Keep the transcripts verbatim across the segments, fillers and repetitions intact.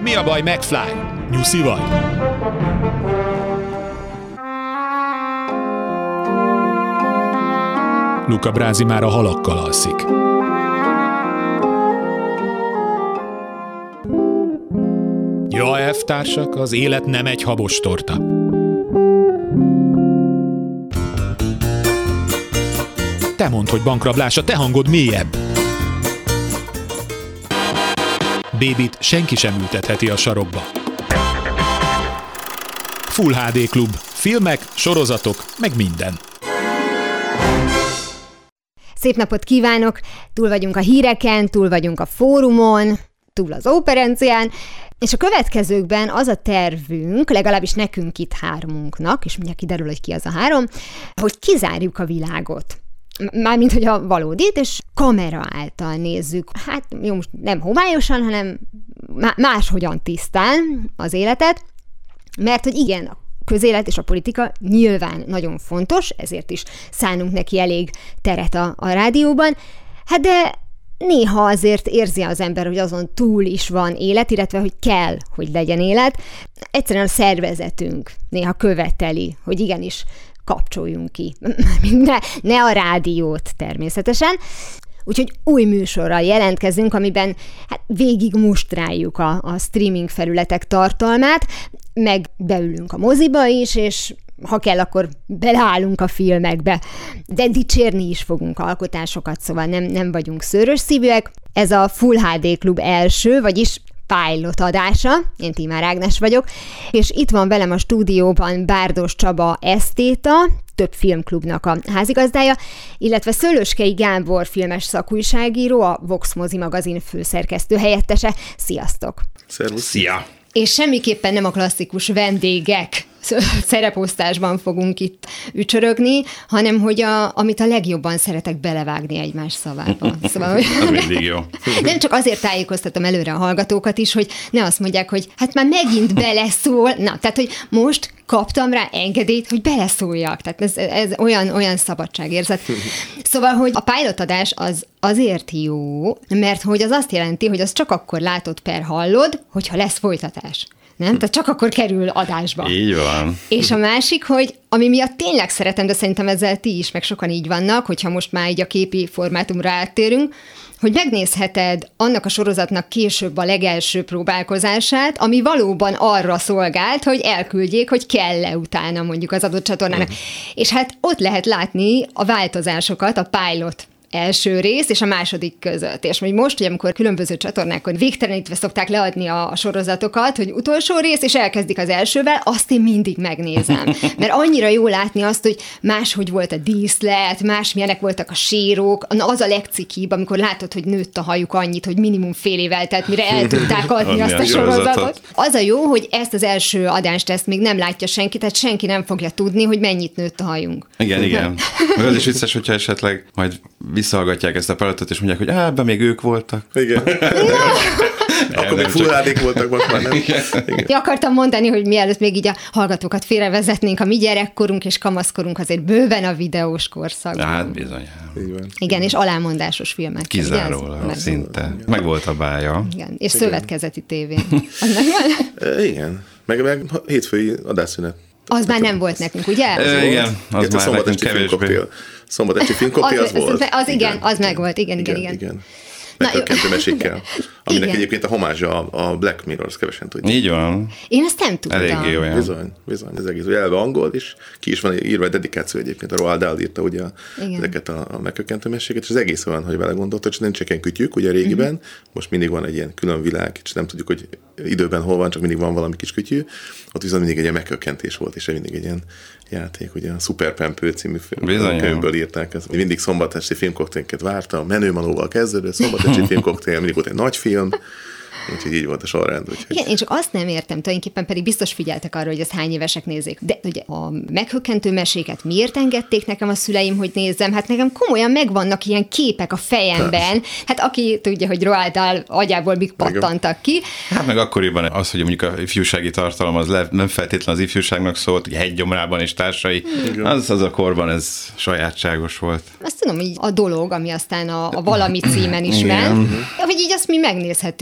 Mi a baj, McFly? Nyuszi vagy? Luca Brasi már a halakkal alszik. Ja, elvtársak, az élet nem egy habos torta. Te mondd, hogy bankrablás, a te hangod mélyebb. Bébit senki sem ültetheti a sarokba. Full há dé Klub. Filmek, sorozatok, meg minden. Szép napot kívánok! Túl vagyunk a híreken, túl vagyunk a fórumon, túl az operencián, és a következőkben az a tervünk, legalábbis nekünk itt hármunknak, és mindjárt kiderül, hogy ki az a három, hogy kizárjuk a világot. Mármint, hogy a valódit, és kamera által nézzük. Hát jó, most nem homályosan, hanem máshogyan tisztán az életet, mert hogy igen, a közélet és a politika nyilván nagyon fontos, ezért is szánunk neki elég teret a, a rádióban, hát de néha azért érzi az ember, hogy azon túl is van élet, illetve hogy kell, hogy legyen élet. Egyszerűen a szervezetünk néha követeli, hogy igenis kapcsoljunk ki. Ne, ne a rádiót természetesen. Úgyhogy új műsorral jelentkezünk, amiben hát végig mustráljuk a, a streaming felületek tartalmát, meg beülünk a moziba is, és ha kell, akkor beleállunk a filmekbe. De dicsérni is fogunk alkotásokat, szóval nem, nem vagyunk szőrös szívűek. Ez a Full há dé Klub első, vagyis pilot adása, én Tímár Ágnes vagyok, és itt van velem a stúdióban Bárdos Csaba esztéta, több filmklubnak a házigazdája, illetve Szőlőskei Gábor filmes szakújságíró, a Vox Mozi magazin főszerkesztő helyettese. Sziasztok! Szervusz! Szia! És semmiképpen nem a klasszikus vendégek szereposztásban fogunk itt ücsörögni, hanem hogy a, amit a legjobban szeretek belevágni egymás szavába. Szóval, hogy az mindig jó. Nem csak azért tájékoztatom előre a hallgatókat is, hogy ne azt mondják, hogy hát már megint beleszól. Na, tehát, hogy most kaptam rá engedélyt, hogy beleszóljak. Tehát ez, ez olyan, olyan szabadságérzet. Szóval, hogy a pilotadás az azért jó, mert hogy az azt jelenti, hogy az csak akkor látod per hallod, hogyha lesz folytatás. Nem? Tehát csak akkor kerül adásba. Így van. És a másik, hogy ami miatt tényleg szeretem, de szerintem ezzel ti is, meg sokan így vannak, hogyha most már így a képi formátumra áttérünk, hogy megnézheted annak a sorozatnak később a legelső próbálkozását, ami valóban arra szolgált, hogy elküldjék, hogy kell-e utána mondjuk az adott csatornának. Mm. És hát ott lehet látni a változásokat, a pilot első rész és a második között. És hogy most, hogy amikor különböző csatornákon végtelenítve szokták leadni a sorozatokat, hogy utolsó rész, és elkezdik az elsővel, azt én mindig megnézem. Mert annyira jó látni azt, hogy máshogy volt a díszlet, másmilyenek voltak a sérók, az a legcikibb, amikor látod, hogy nőtt a hajuk annyit, hogy minimum fél évvel, tehát mire el tudták adni azt a sorozatot. Az a jó, hogy ezt az első adást ezt még nem látja senki, tehát senki nem fogja tudni, hogy mennyit nőtt a hajunk. Igen, igen. Meg az is vicces, hogyha esetleg majd visszahallgatják ezt a pilotot, és mondják, hogy á, ebben még ők voltak. Igen. Akkor még fulládék voltak, most már nem. Igen. Ja, akartam mondani, hogy mielőtt még így a hallgatókat félrevezetnénk, a mi gyerekkorunk és kamaszkorunk azért bőven a videós korszakban. Hát bizony. Igen, és alámondásos filmek. Kizárólag, szinte. Meg volt a bája. Igen, és igen. Szövetkezeti tévén. Az megvan? Igen. Meg, meg hétfői adásszünet. Az már nem volt nekünk, ugye? Az igen, az már nekünk kevésbé. Szombatesti filmkoktél az, az volt. Az, az igen, az meg volt, igen, igen, igen. igen. Megkökkentő mesékkel, aminek igen. Egyébként a homázsa a Black Mirror, azt kevesen tudjuk. Így van. Én ezt nem tudtam. Eléggé olyan. Bizony, bizony, ez egész, hogy elve angol is, ki is van írva egy dedikáció egyébként, a Roald Dahl írta ugye ezeket a, a megkökkentő meséket, és az egész olyan, hogy vele gondoltad, és nem csak ilyen kütyük, ugye a régiben, uh-huh. most mindig van egy ilyen külön világ, és nem tudjuk, hogy időben hol van, csak mindig van valami kis kütyű, ott viszont mindig egy ilyen megkökkentés volt, és mindig egy ilyen játék, ugye a Super Pempő című könyvből írták ezt. Mindig szombatesti filmkoktélket vártam, Menőmanóval kezdődő szombatesti filmkoktél, mindig volt egy nagy film, úgyhogy így volt a sorrend. Úgyhogy... Igen, én csak azt nem értem, tulajdonképpen pedig biztos figyeltek arra, hogy ezt hány évesek nézik. De ugye a meghökkentő meséket miért engedték nekem a szüleim, hogy nézzem? Hát nekem komolyan megvannak ilyen képek a fejemben. Hát aki tudja, hogy Roald Dahl agyából mik pattantak ki. Hát meg akkoriban az, hogy mondjuk a ifjúsági tartalom az le, nem feltétlenül az ifjúságnak szólt, hogy Hegygyomrában és társai, az, az a korban ez sajátságos volt. Azt tudom, hogy a dolog, ami aztán a, a valami címen is ment, hogy így azt mi megnézhettük a tesó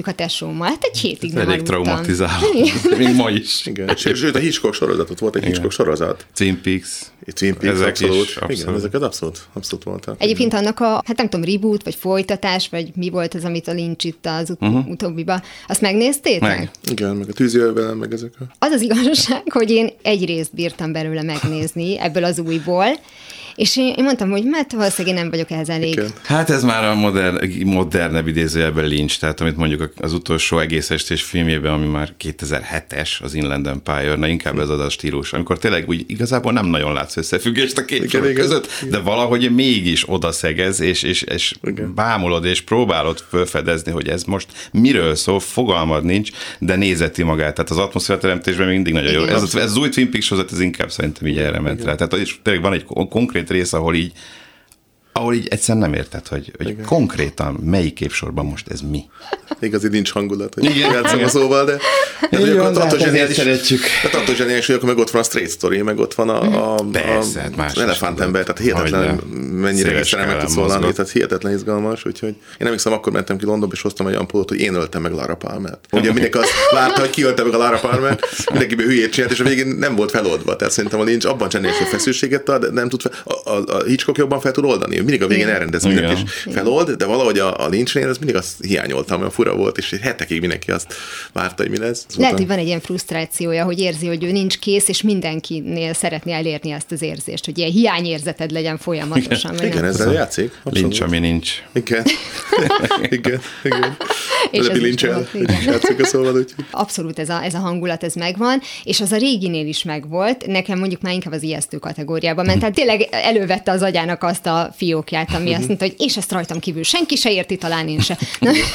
tesómmal. Hát egy hétig nem elég aludtam. traumatizáló. Még ma is. Igen. Sőt, a Hitchcock sorozatot volt, egy Igen. Hitchcock sorozat. Twin Peaks. Twin Peaks, Ezek abszolút. is, abszolút. Igen, ezeket abszolút, abszolút voltak. Egyébként annak a, hát nem tudom, reboot, vagy folytatás, vagy mi volt az, amit a Lynch itt az ut- uh-huh. utóbbiba. Azt megnéztétek? Meg. Igen, meg a tűzjövedelem, meg ezek a... Az az igazság, hogy én egy részt bírtam belőle megnézni ebből az újból, és én, én mondtam, hogy mert valószínűleg én nem vagyok ehhez elég. Igen. Hát ez már a modern, modernebb idézőjelben Lynch, tehát amit mondjuk az utolsó egész estés filmjében, ami már kétezer-hetes, az Inland Empire, na inkább ez az a stílus, amikor tényleg úgy igazából nem nagyon látsz összefüggést a két Igen, sor igen, között, igen. de valahogy mégis odaszegez, és, és, és Igen. bámulod, és próbálod felfedezni, hogy ez most miről szól, fogalmad nincs, de nézeti magát. Tehát az atmoszférateremtésben még mindig nagyon jó. Igen. Ez, ez az új Twin Peaks sorozat, ez inkább szerintem így erre ment rá. Tehát és tényleg van egy konkrét rész, ahol így ahol így egyszerűen nem érted, hogy, hogy konkrétan melyik képsorban most ez mi. Igazi nincs hangulat, hogy Igen. játszom a szóval, de... de Igen, attól, de hát attól ezért zseniális, szeretjük. tehát attól zseniális, hogy akkor meg ott van a Straight Story, meg ott van a, a, Persze, a, hát más az Elefántember, tehát hihetetlen mennyire Széles kis meg skálán tud szólalni, mozgott. tehát hihetetlen izgalmas, úgyhogy én emlékszem, akkor mentem ki Londonba, és hoztam egy olyan pólót, hogy én öltem meg Lara Palmert. Ugye mindenki azt várta, hogy ki ölte meg a Lara Palmert, mindenkiből hülyét csinált, és a végén nem volt feloldva. Tehát szerintem a Lynch abban zseniális, hogy feszültséget ad, de nem tud fel, a, a, a Hitchcock jobban fel tud oldani. Mindig a végén elrendez mindent Igen. is felold, de valahogy a, a Lynchnél ez mindig azt hiányoltam, olyan fura volt, és hetekig mindenki azt várta, hogy mi lesz. Ez Lehet, volt hogy van egy ilyen frusztrációja, hogy érzi, hogy ő nincs kész, és mindenkinél szeretné elérni ezt az érzést, hogy ilyen hiányérzeted legyen folyamatosan. a... vagy Igen, nem ezzel tudom. játszik. Nincs, ami nincs. Igen. igen, igen. És És ez is Lynch-el volt, igen. játszik a szóval, úgyhogy... Abszolút ez a, ez a hangulat, ez megvan, és az a réginél is megvolt, nekem mondjuk már inkább az ijesztő kategóriában ment, tehát tényleg elővette az agyának azt a fiókját, ami azt mondta, hogy és ezt rajtam kívül senki se érti, talán én se.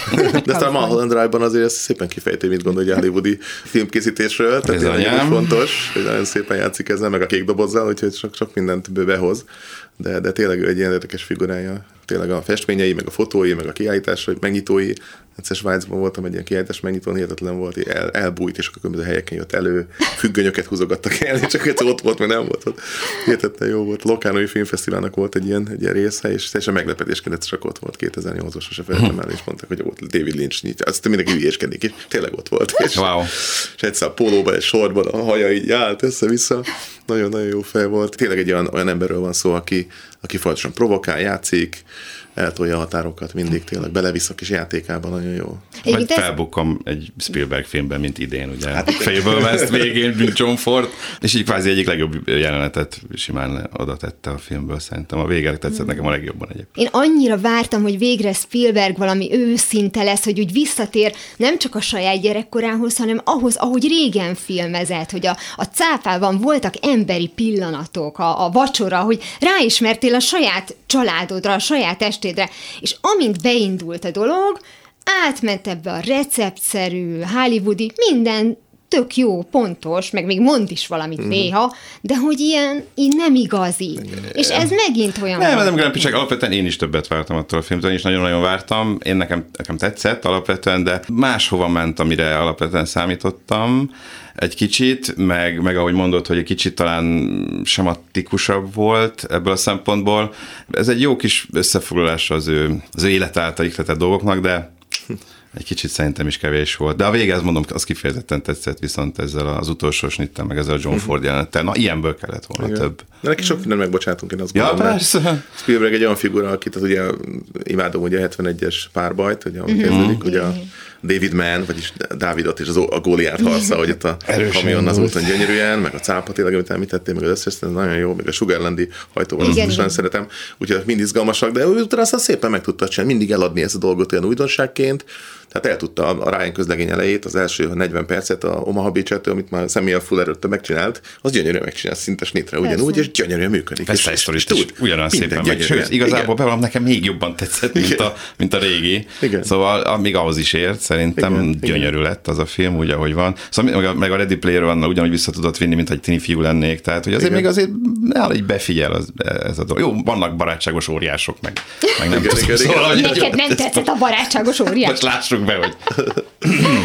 De aztán a Mulholland Drive-ban azért ezt szépen kifejti, mit gondol egy hollywoodi filmkészítésről, tehát tényleg ez fontos, hogy nagyon szépen játszik ezzel, meg a kék dobozzal, úgyhogy sok, sok mindent behoz, de, de tényleg ő egy ilyen érdekes figurája. Tényleg a festményei, meg a fotói, meg a kiállításai, megnyitói. Egyszer Svájcban voltam, egy ilyen kiállítás megnyitón, hihetetlen volt, el, elbújt, és akkor különböző helyeken jött elő, függönyöket húzogattak el, és csak egyszer ott volt, meg nem volt ott. Hihetetlen jó volt. Lokánói Filmfesztiválnak volt egy ilyen, egy ilyen része, és teljesen meglepetéskedett, csak ott volt kétezer-nyolcban, sose felejtem el, és mondták, hogy ott David Lynch nyitja. Azt mindenki hülyéskedik, és tényleg ott volt. És, Wow. és egyszer a pólóban, egy sorban a haja így állt össze-vissza. Nagyon-nagyon jó fej volt. Tényleg egy olyan, olyan emberről van szó, aki, aki folyamatosan provokál, játszik, eltolja a határokat mindig, tényleg belevisz a kis játékában, nagyon jó. Majd felbukkom egy Spielberg filmben, mint idén, ugye. Hát, Fable West végén, mint John Ford, és így kvázi egyik legjobb jelenetet simán oda tette a filmből, szerintem. A vége tetszett nekem a legjobban egyébként. Én annyira vártam, hogy végre Spielberg valami őszinte lesz, hogy úgy visszatér nem csak a saját gyerekkorához, hanem ahhoz, ahogy régen filmezett, hogy a, a cápában voltak emberi pillanatok, a, a vacsora, hogy ráismertél a saját családodra, a saját estédre, és amint beindult a dolog, átment ebbe a receptszerű, hollywoodi, minden tök jó, pontos, meg még mond is valamit mm. néha, de hogy ilyen így nem igazi. És ez megint olyan... Nem, nem, nem, csak alapvetően én is többet vártam attól a filmtől, én is nagyon-nagyon vártam, én nekem, nekem tetszett alapvetően, de máshova ment, amire alapvetően számítottam egy kicsit, meg, meg ahogy mondod, hogy egy kicsit talán sematikusabb volt ebből a szempontból. Ez egy jó kis összefoglalása az ő, az ő élet által ihletett dolgoknak, de egy kicsit szerintem is kevés volt. De a vége, azt mondom, az kifejezetten tetszett, viszont ezzel az utolsó snittel, meg ezzel a John Ford jelenettel. Na, ilyenből kellett volna igen. több. De neki sok mindent megbocsátunk, én azt ja, gondolom. Persze. Spielberg egy olyan figura, akit az ugye imádom, ugye a hetvenegyes párbajt, ugye, ami kezdődik, ugye a David Mann, vagyis Dávidot és az, a Góliát harca, hogy ott a kamion az úton gyönyörűen, meg a cápa tényleg, amit említettél, meg az összes, ez nagyon jó, meg a Sugarlandi hajtóval, azt is nagyon szeretem, úgyhogy mind izgalmasak, de ő utána azt szépen meg tudta csinálni, mindig eladni ezt a dolgot olyan újdonságként, tehát el tudta a Ryan közlegény elejét, az első negyven percet a Omaha Beach-ettől, amit már Samuel Fulleröttől megcsinált, az gyönyörűen megcsinált szinte snitre ugyanúgy, és gyönyörűen működik. Ezt és, és, és ugyanaz szépen meg. Sőt, igazából bevallom, nekem még jobban tetszett, mint a, mint a régi. Igen. Szóval még ahhoz is ért, szerintem igen. gyönyörű lett az a film, úgy, ahogy van. Szóval meg a, meg a Ready Player One ugyanúgy vissza tudott vinni, mint egy tini fiú lennék. Tehát, hogy azért igen. még azért nála így befigyel az, ez a dolog. Jó, vannak barátságos óriások, meg, meg nem igen, tudom. Igen, szóval, neked nem tetszett a barátságos óriás? Most lássuk be, hogy...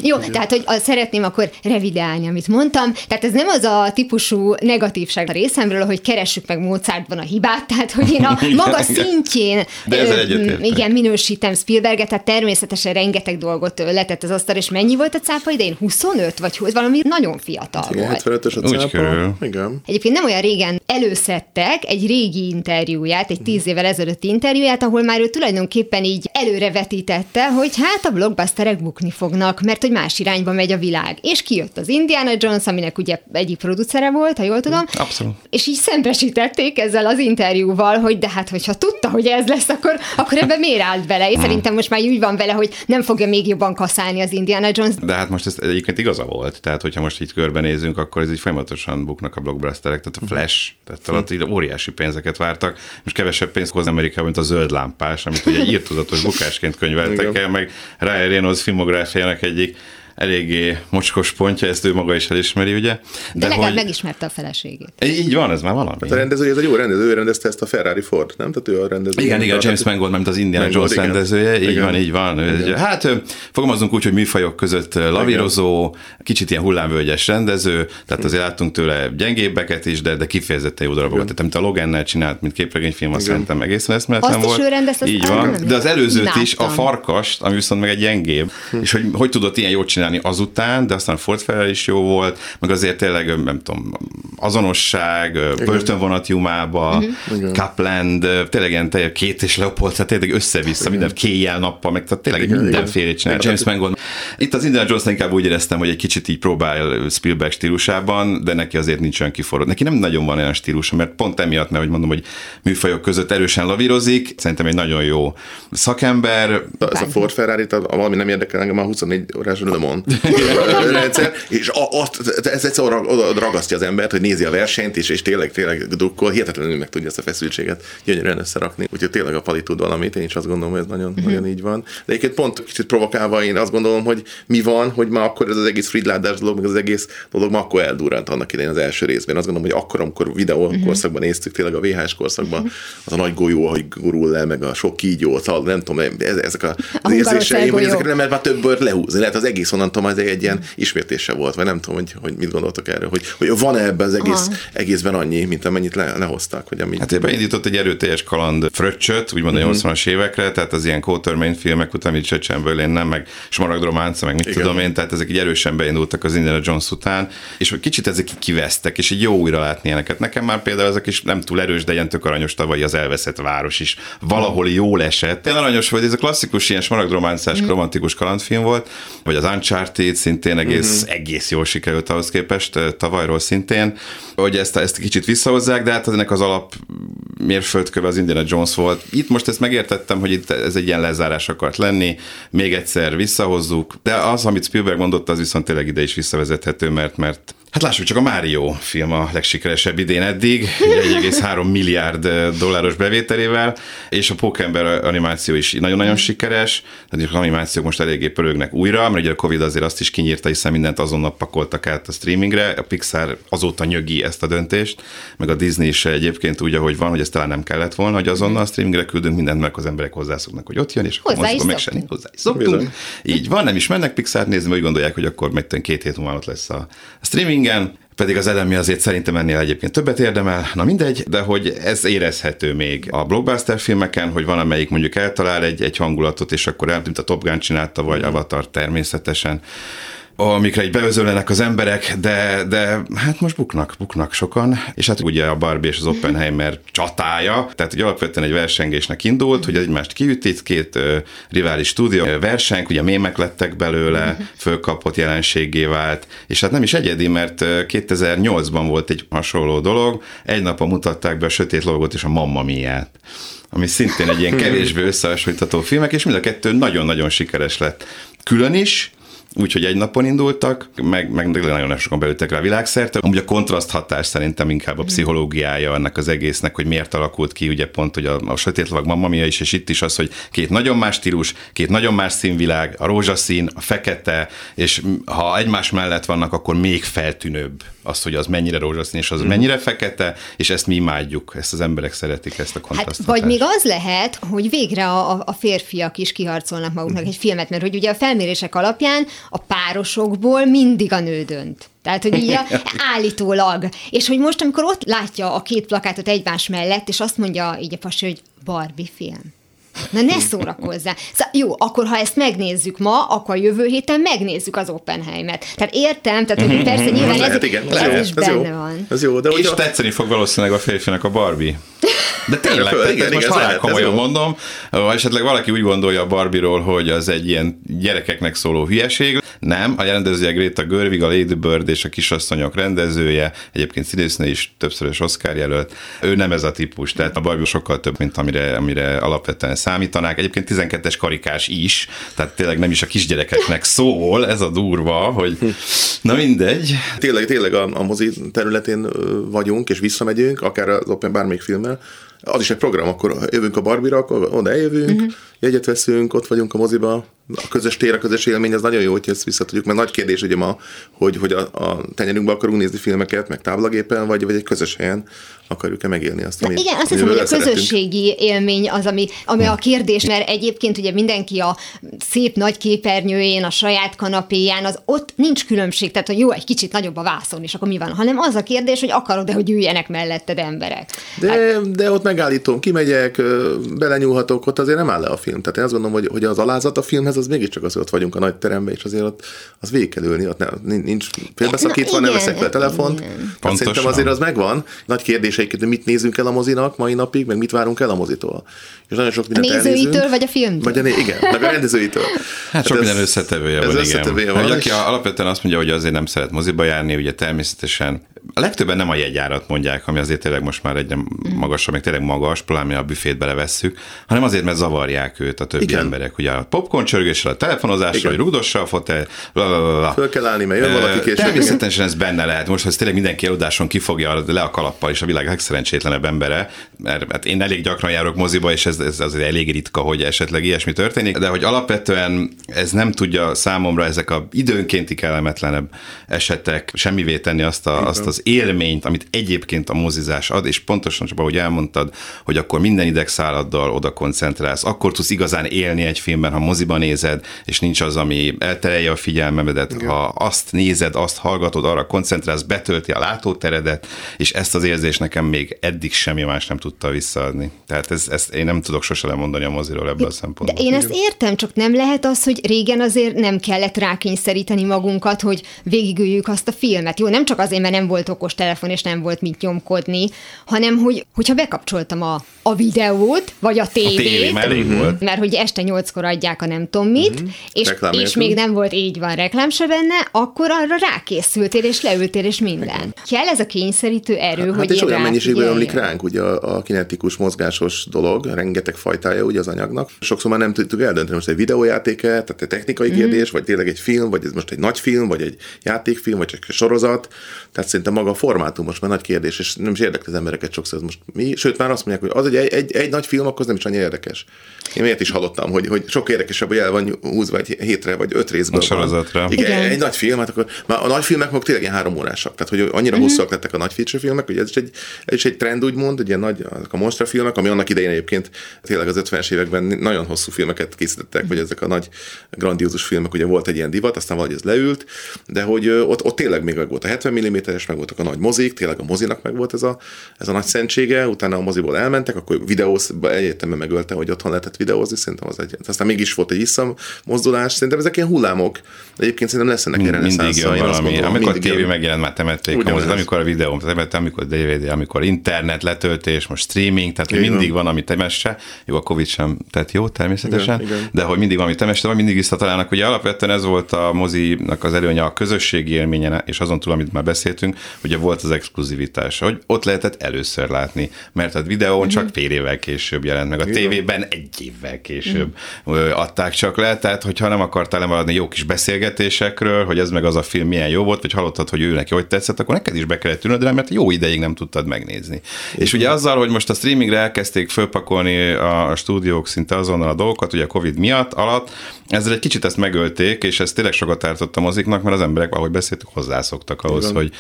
Jó, igen. Tehát, hogy szeretném akkor revideálni, amit mondtam. Tehát ez nem az a típusú negatívság a részemről, hogy keressük meg Mozartban a hibát, tehát, hogy én a maga szintjén ö, igen, minősítem Spielberget, tehát természetesen rengeteg dolgot letett az asztal, és mennyi volt a cápa idején? huszonöt? Vagy valami nagyon fiatal igen, volt. hetvenötös a cápa. Igen. Egyébként nem olyan régen előszedtek egy régi interjúját, egy tíz évvel ezelőtti interjúját, ahol már ő tulajdonképpen így előrevetítette, hogy hát a blockbusterek bukni fognak, mert hogy más irányba megy a világ. És kijött az Indiana Jones, aminek ugye egyik producere volt, ha jól tudom. Abszolút. És így szembesítették ezzel az interjúval, hogy de hát, hogyha tudta, hogy ez lesz, akkor, akkor ebben miért állt bele? És szerintem most már úgy van vele, hogy nem fogja még jobban kaszálni az Indiana Jones. De hát most ez egyébként igaza volt. Tehát, hogyha most így körbenézünk, akkor ez így folyamatosan buknak a blockbusterek. Tehát a Flash, tehát alatt így óriási pénzeket vártak. Most kevesebb pénzt hoz Amerikában, mint a Zöld lámpás, amit ugye írtózatos bukásként könyveltek el, meg Ryan Reynolds filmográfiának egyik eléggé mocskos pontja, ezt ő maga is elismeri, ugye? De, De legalább hogy... megismerte a feleségét. Így van, ez már valami. Hát a rendező, ez egy jó rendező, ő rendezte ezt a Ferrari Ford, nem? Tehát ő a rendező. Igen, igen, James Mangold, mint az Indiana Jones igen. rendezője, így igen. van, így van. Igen. Hát fogalmazunk úgy, hogy műfajok között lavírozó, kicsit ilyen hullámvölgyes rendező, tehát azért láttunk tőle gyengébbeket is, de, de kifejezetten jó darabokat. Tehát amit a Logannel csinált, mint képregényfilm, azt szerintem egészen eszméletlen volt. Azt is ő rendezte, így van. De az előzőt is, a Farkast, ami viszont meg egy gyengébb, és hogy hogy tudott ilyen jót csinálni azután, de aztán Ford Ferrari is jó volt, meg azért tényleg, nem tudom, azonosság, börtönvonat Jumába, Copland, tényleg ilyen tényleg Két és Leopold, tehát tényleg össze-vissza, minden kéjjel-nappal, meg tehát tényleg mindenfélét csinál. James Mangold. Itt az Indiana Jones inkább úgy éreztem, hogy egy kicsit így próbál Spielberg stílusában, de neki azért nincs olyan kiforrott. Neki nem nagyon van olyan stílusa, mert pont emiatt, mert hogy mondom, hogy műfajok között erősen lavírozik, szerintem egy nagyon jó szakember. Ez a Ford Ferrari, valami nem érdekel engem, a huszonnégy órás Le Mans rendszer, és a, a, ez egyszer oda ragasztja az embert, hogy nézi a versenyt, és, és tényleg, tényleg drukkol, hihetetlenül meg tudja ezt a feszültséget gyönyörűen összerakni. Úgyhogy tényleg a Pali tud valamit, én is azt gondolom, hogy ez nagyon, uh-huh. nagyon így van. De egyébként pont kicsit provokálva én azt gondolom, hogy mi van, hogy ma akkor ez az egész fridládás dolog, meg az egész dolog ma akkor eldurrant annak idején az első részben. Azt gondolom, hogy akkor, amikor videó uh-huh. korszakban néztük, tényleg a vé há es korszakban, uh-huh. az a nagy golyó, ahogy gurul le, meg a sok kígyó, nem tudom, ezek a, az érzéseim, hogy ezekre nem lehet már több bört lehúzni. Lehet az egész onnantól már egy ilyen ismétése volt, vagy nem tudom, hogy, hogy mit gondoltok erről, hogy, hogy van-e ebben az egész, egészben annyi, mint amennyit le, lehozták. Hogy amit... Hát beindított egy erőteljes kaland fröccsöt, úgymond a uh-huh. nyolcvanas évekre, tehát az ilyen Quatermain filmek után, mint Csecsenből nem, meg Smaragd románca, meg mit igen. tudom én, tehát ezek így erősen beindultak az Indiana Jones után, és hogy kicsit ezek kivesztek, és így jó újra látni ilyeneket. Nekem már például ezek is nem túl erős, de ilyen tök aranyos tavalyi az Elveszett város is valahol jól esett. Ilyen aranyos volt, ez a klasszikus ilyen Smaragd románcás, uh-huh. romantikus kalandfilm volt, vagy az Uncharted szintén egész, uh-huh. egész jól sikerült ahhoz képest tavalyról szintén, hogy ezt, ezt kicsit visszahozzák, de hát ennek az alap mérföldköve az Indiana Jones volt. Itt most ezt megértettem, hogy itt ez egy ilyen lezárás akart lenni, még egyszer visszahozzuk, de az, amit Spielberg mondott, az viszont tényleg ide is visszavezethető, mert, mert hát lássuk csak, a Mario film a legsikeresebb idén eddig, egy egész három milliárd dolláros bevételével, és a Pókember animáció is nagyon-nagyon sikeres, tehát az animációk most eléggé pörögnek újra, mert ugye a Covid azért azt is kinyírta, hiszen mindent azonnal pakoltak át a streamingre, a Pixar azóta nyögi ezt a döntést, meg a Disney is egyébként úgy, ahogy van, hogy ezt talán nem kellett volna, hogy azonnal a streamingre küldünk mindent, mert az emberek hozzászoknak, hogy ott jön, és hozzá is meg sem, hozzá is szoktunk. Így van, nem is mennek Pixar nézni, mert úgy gondolják, hogy akkor meg két hét múlva ott lesz a streaming. Igen, pedig az elemi azért szerintem ennél egyébként többet érdemel, na mindegy, de hogy ez érezhető még a blockbuster filmeken, hogy van, amelyik mondjuk eltalál egy, egy hangulatot, és akkor el, mint a Top Gun csinálta, vagy Avatar természetesen, amikre így beözöllenek az emberek, de, de hát most buknak, buknak sokan, és hát ugye a Barbie és az Oppenheimer csatája, tehát hogy alapvetően egy versengésnek indult, hogy egymást kiütít, két uh, rivális stúdió verseng, ugye mémek lettek belőle, fölkapott jelenségé vált, és hát nem is egyedi, mert kétezer-nyolcban volt egy hasonló dolog, egy napon mutatták be a Sötét Lovagot és a Mamma Miát, ami szintén egy ilyen kevésbé összehasonlítható filmek, és mind a kettő nagyon-nagyon sikeres lett. Külön is, úgyhogy egy napon indultak, meg, meg nagyon sokan belültek rá világszerte. Amúgy a kontraszt hatás szerintem inkább a pszichológiája ennek az egésznek, hogy miért alakult ki, ugye pont, hogy a, a Sötét Lovag Mamma Mia is, és itt is az, hogy két nagyon más stílus, két nagyon más színvilág, a rózsaszín, a fekete, és ha egymás mellett vannak, akkor még feltűnőbb az, hogy az mennyire rózsaszín, és az mm. mennyire fekete, és ezt mi imádjuk, ezt az emberek szeretik, ezt a kontraszt hát, vagy még az lehet, hogy végre a, a férfiak is kiharcolnak maguknak egy filmet, mert hogy ugye a felmérések alapján a városokból mindig a nő dönt. Tehát, hogy így állítólag. És hogy most, amikor ott látja a két plakátot egymás mellett, és azt mondja így a pasi, hogy Barbie film. Na ne szórakozzál. Szóval jó, akkor ha ezt megnézzük ma, akkor jövő héten megnézzük az Oppenheimet. Tehát értem, tehát hogy persze nyilván lehet, ez, igen, ez lehet, is ez benne jó. van. Ez jó, de és ugye... tetszeni fog valószínűleg a férfinak a Barbie. De tényleg, Föl, tehát igen, most igen, halál lehet, komolyan mondom, esetleg valaki úgy gondolja a Barbie-ról, hogy az egy ilyen gyerekeknek szóló hülyeség. Nem, a rendezője Greta Gerwig, a Lady Bird és a Kisasszonyok rendezője, egyébként színésznő is többszörös Oscar jelölt. Ő nem ez a típus, tehát a Barbie sokkal több, mint amire, amire alapvetően számítanák. Egyébként tizenkettes karikás is, tehát tényleg nem is a kisgyerekeknek szól, ez a durva, hogy na mindegy. Tényleg, tényleg a, a mozi területén vagyunk, és visszamegyünk, akár az Open bármelyik filmmel. Az is egy program, akkor jövünk a Barbie-ra, akkor oda eljövünk, uh-huh. jegyet veszünk, ott vagyunk a moziba, a közös tér, a közös élmény, az nagyon jó, hogy ezt vissza tudjuk, mert nagy kérdés ugye ma, hogy, hogy a, a tenyerünkbe akarunk nézni filmeket, meg táblagépen, vagy, vagy egy közös helyen akarjuk-e megélni azt, amit igen, azt hiszem, hogy a közösségi élmény az, ami, ami a kérdés, mert egyébként ugye mindenki a szép nagy képernyőjén, a saját kanapéján, az ott nincs különbség, tehát hogy jó, egy kicsit nagyobb a vászon, és akkor mi van, hanem az a kérdés, hogy akarod-e, hogy üljenek melletted emberek. De, hát, de ott megállítom, kimegyek, belenyúlhatok, ott azért nem áll le a film. Tehát én azt gondolom, hogy, hogy az alázat a filmhez, az mégiscsak az, hogy ott vagyunk a nagy teremben, és azért ott az végig kell ülni, ott ne, nincs félbeszakítva, nem veszek le telefont. Szerintem azért az megvan. Nagy kérdés egyébként, mit nézünk el a mozinak mai napig, meg mit várunk el a mozitól. És nagyon sok mindent a nézőitől, elnézünk. vagy a filmtől? Vagy a, igen, meg a rendezőitől. Hát sok minden összetevője van, összetevője igen. van, Hogy és... aki alapvetően azt mondja, hogy azért nem szeret moziba járni, ugye természetesen a legtöbben nem a jegyárat mondják, ami azért tényleg most már egyre magasabb, meg tényleg magas, pláne a büfét belevesszük, hanem azért, mert zavarják őt a többi igen. emberek. Ugye a popcorn csörgéssel, a telefonozással, hogy rúdossa a fotel, blablabla. Föl kell állni, mert jön valaki később. Természetesen ez benne lehet. Most, hogy tényleg mindenki eludáson kifogja le a kalappal, és a világ legszerencsétlenebb embere, mert hát én elég gyakran járok moziba, és ez, ez azért elég ritka, hogy esetleg ilyesmi történik, de hogy alapvetően ez nem tudja számomra ezek a időnkénti kellemetlenebb esetek semmivé tenni azt, a, azt az élményt, amit egyébként a mozizás ad, és pontosan csak ahogy elmondtad, hogy akkor minden idegszáladdal oda koncentrálsz, akkor tudsz igazán élni egy filmben, ha moziban nézed, és nincs az, ami elterelje a figyelmedet, igen. Ha azt nézed, azt hallgatod, arra koncentrálsz, betölti a látóteredet, és ezt az érzést nekem még eddig semmi más nem tudta visszaadni. Tehát ez, ezt én nem tudok sose lemondani a moziról ebből a szempontból. De én ezt értem, csak nem lehet az, hogy régen azért nem kellett rákényszeríteni magunkat, hogy végigüljük azt a filmet. Jó, nem csak azért, mert nem volt okos telefon, és nem volt mit nyomkodni, hanem hogy, hogyha bekapcsoltam a, a videót, vagy a tévét, a tévé elég volt. Mert hogy este nyolckor adják a nem tudom mit, mm-hmm. és, és még nem volt, így van, reklám se benne, akkor arra rákészültél, és leültél, és minden. Igen. Kell ez a kényszerítő erő, hát, hogy hát és olyan mennyiségben ömlik ránk, ugye a, a kinetikus mozgásos dolog, rengeteg fajtája ugye az anyagnak. Sokszor már nem tudjuk eldönteni, most egy videójáték, tehát egy technikai mm-hmm. kérdés, vagy tényleg egy film, vagy ez most egy nagy film, vagy egy játékfilm, vagy csak egy sorozat. Tehát szerintem maga a formátum most már nagy kérdés, és nem is érdekli az embereket sokszor ez most mi. Sőt, már azt mondják, hogy az egy, egy, egy nagy film, akkor az nem is annyira érdekes. Én miért is hallottam, hogy, hogy sok érdekesebb, hogy el van húzva egy hétre, vagy öt részből. A sorozatra. Igen, Igen, egy nagy film, hát akkor már a nagy filmek meg tényleg ilyen három órásak. Tehát, hogy annyira uh-huh. hosszúak lettek a nagy feature filmek, hogy ez is egy, ez is egy trend, úgymond, egy ilyen nagy, a monster filmek, ami annak idején egyébként tényleg az ötvenes években nagyon hosszú filmeket készítettek, vagy ezek a nagy grandiózus filmek, ugye volt egy ilyen divat, aztán valahogy ez leült, de hogy ott, ott tényleg még meg volt a hetven milliméteres, meg voltak a nagy mozik, tényleg a mozinak meg volt ez a, ez a nagy szentsége, utána a moziból elmentek, akkor videózba egyetemben megölte, hogy otthon lehetett videózni, szerintem az egy, aztán mégis volt egy visszamozdulás, szerintem ezek ilyen hullámok, de egyébként szerintem lesz ennek egy mindig jön valami. Amikor a tévé megjelent, már temették, az, amikor a videó, temették, amikor dé vé dé, amikor internet letöltés, most streaming, tehát hogy mindig van, ami temesse. Jó, a Covid sem tett jó, természetesen, igen, igen. De hogy mindig valami temesse, vagy mindig visszatalálnak. Ugye alapvetően ez volt a mozinak az előnye, a közösségi élménye, és azon túl, amit már beszéltünk, ugye volt az exkluzivitás, hogy ott lehetett először látni, mert a videón uh-huh. csak fél évvel később jelent meg, a igen. tévében egy évvel később uh-huh. adták csak le, tehát hogyha nem akartál lemaradni jó kis beszélgetésekről, hogy ez meg az a film milyen jó volt, vagy hallottad, hogy ő neki hogy tetszett, akkor neked is be kellett ülnöd rá, mert jó ideig nem tudtad megnézni. Igen. És ugye azzal, hogy most a streamingre elkezdték fölpakolni a stúdiók szinte azonnal a dolgokat, ugye a Covid miatt, alatt, ezzel egy kicsit ezt megölték, és ez tényleg sokat ártott a moziknak, mert az emberek, ahogy beszéltük, hozzászoktak ahhoz, igen. hogy hát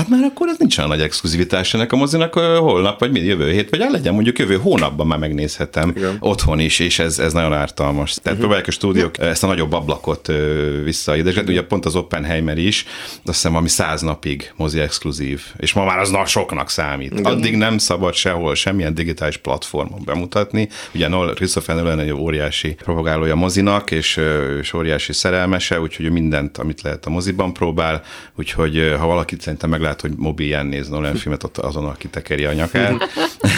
hát már akkor ez nincs olyan nagy exkluzivitás ennek a mozinak, holnap, vagy mi, jövő hét, vagy el legyen mondjuk jövő hónapban már megnézhetem igen. otthon is, és ez, ez nagyon ártalmas. Tehát uh-huh. próbálják a stúdiók ezt a nagyobb ablakot visszaidesgetni, ugye pont az Oppenheimer is, azt hiszem, ami száz napig mozi exkluzív, és ma már az na, soknak számít. Igen. Addig nem szabad sehol semmilyen digitális platformon bemutatni. Ugye Christopher Nolan egy óriási propagálója mozinak, és, és óriási szerelmese, úgyhogy mindent, amit lehet a moziban próbál, úgyhogy ha valakit szerintem meglát, hogy mobilján néz Nolan filmet, ott azonnal kitekeri a nyakát.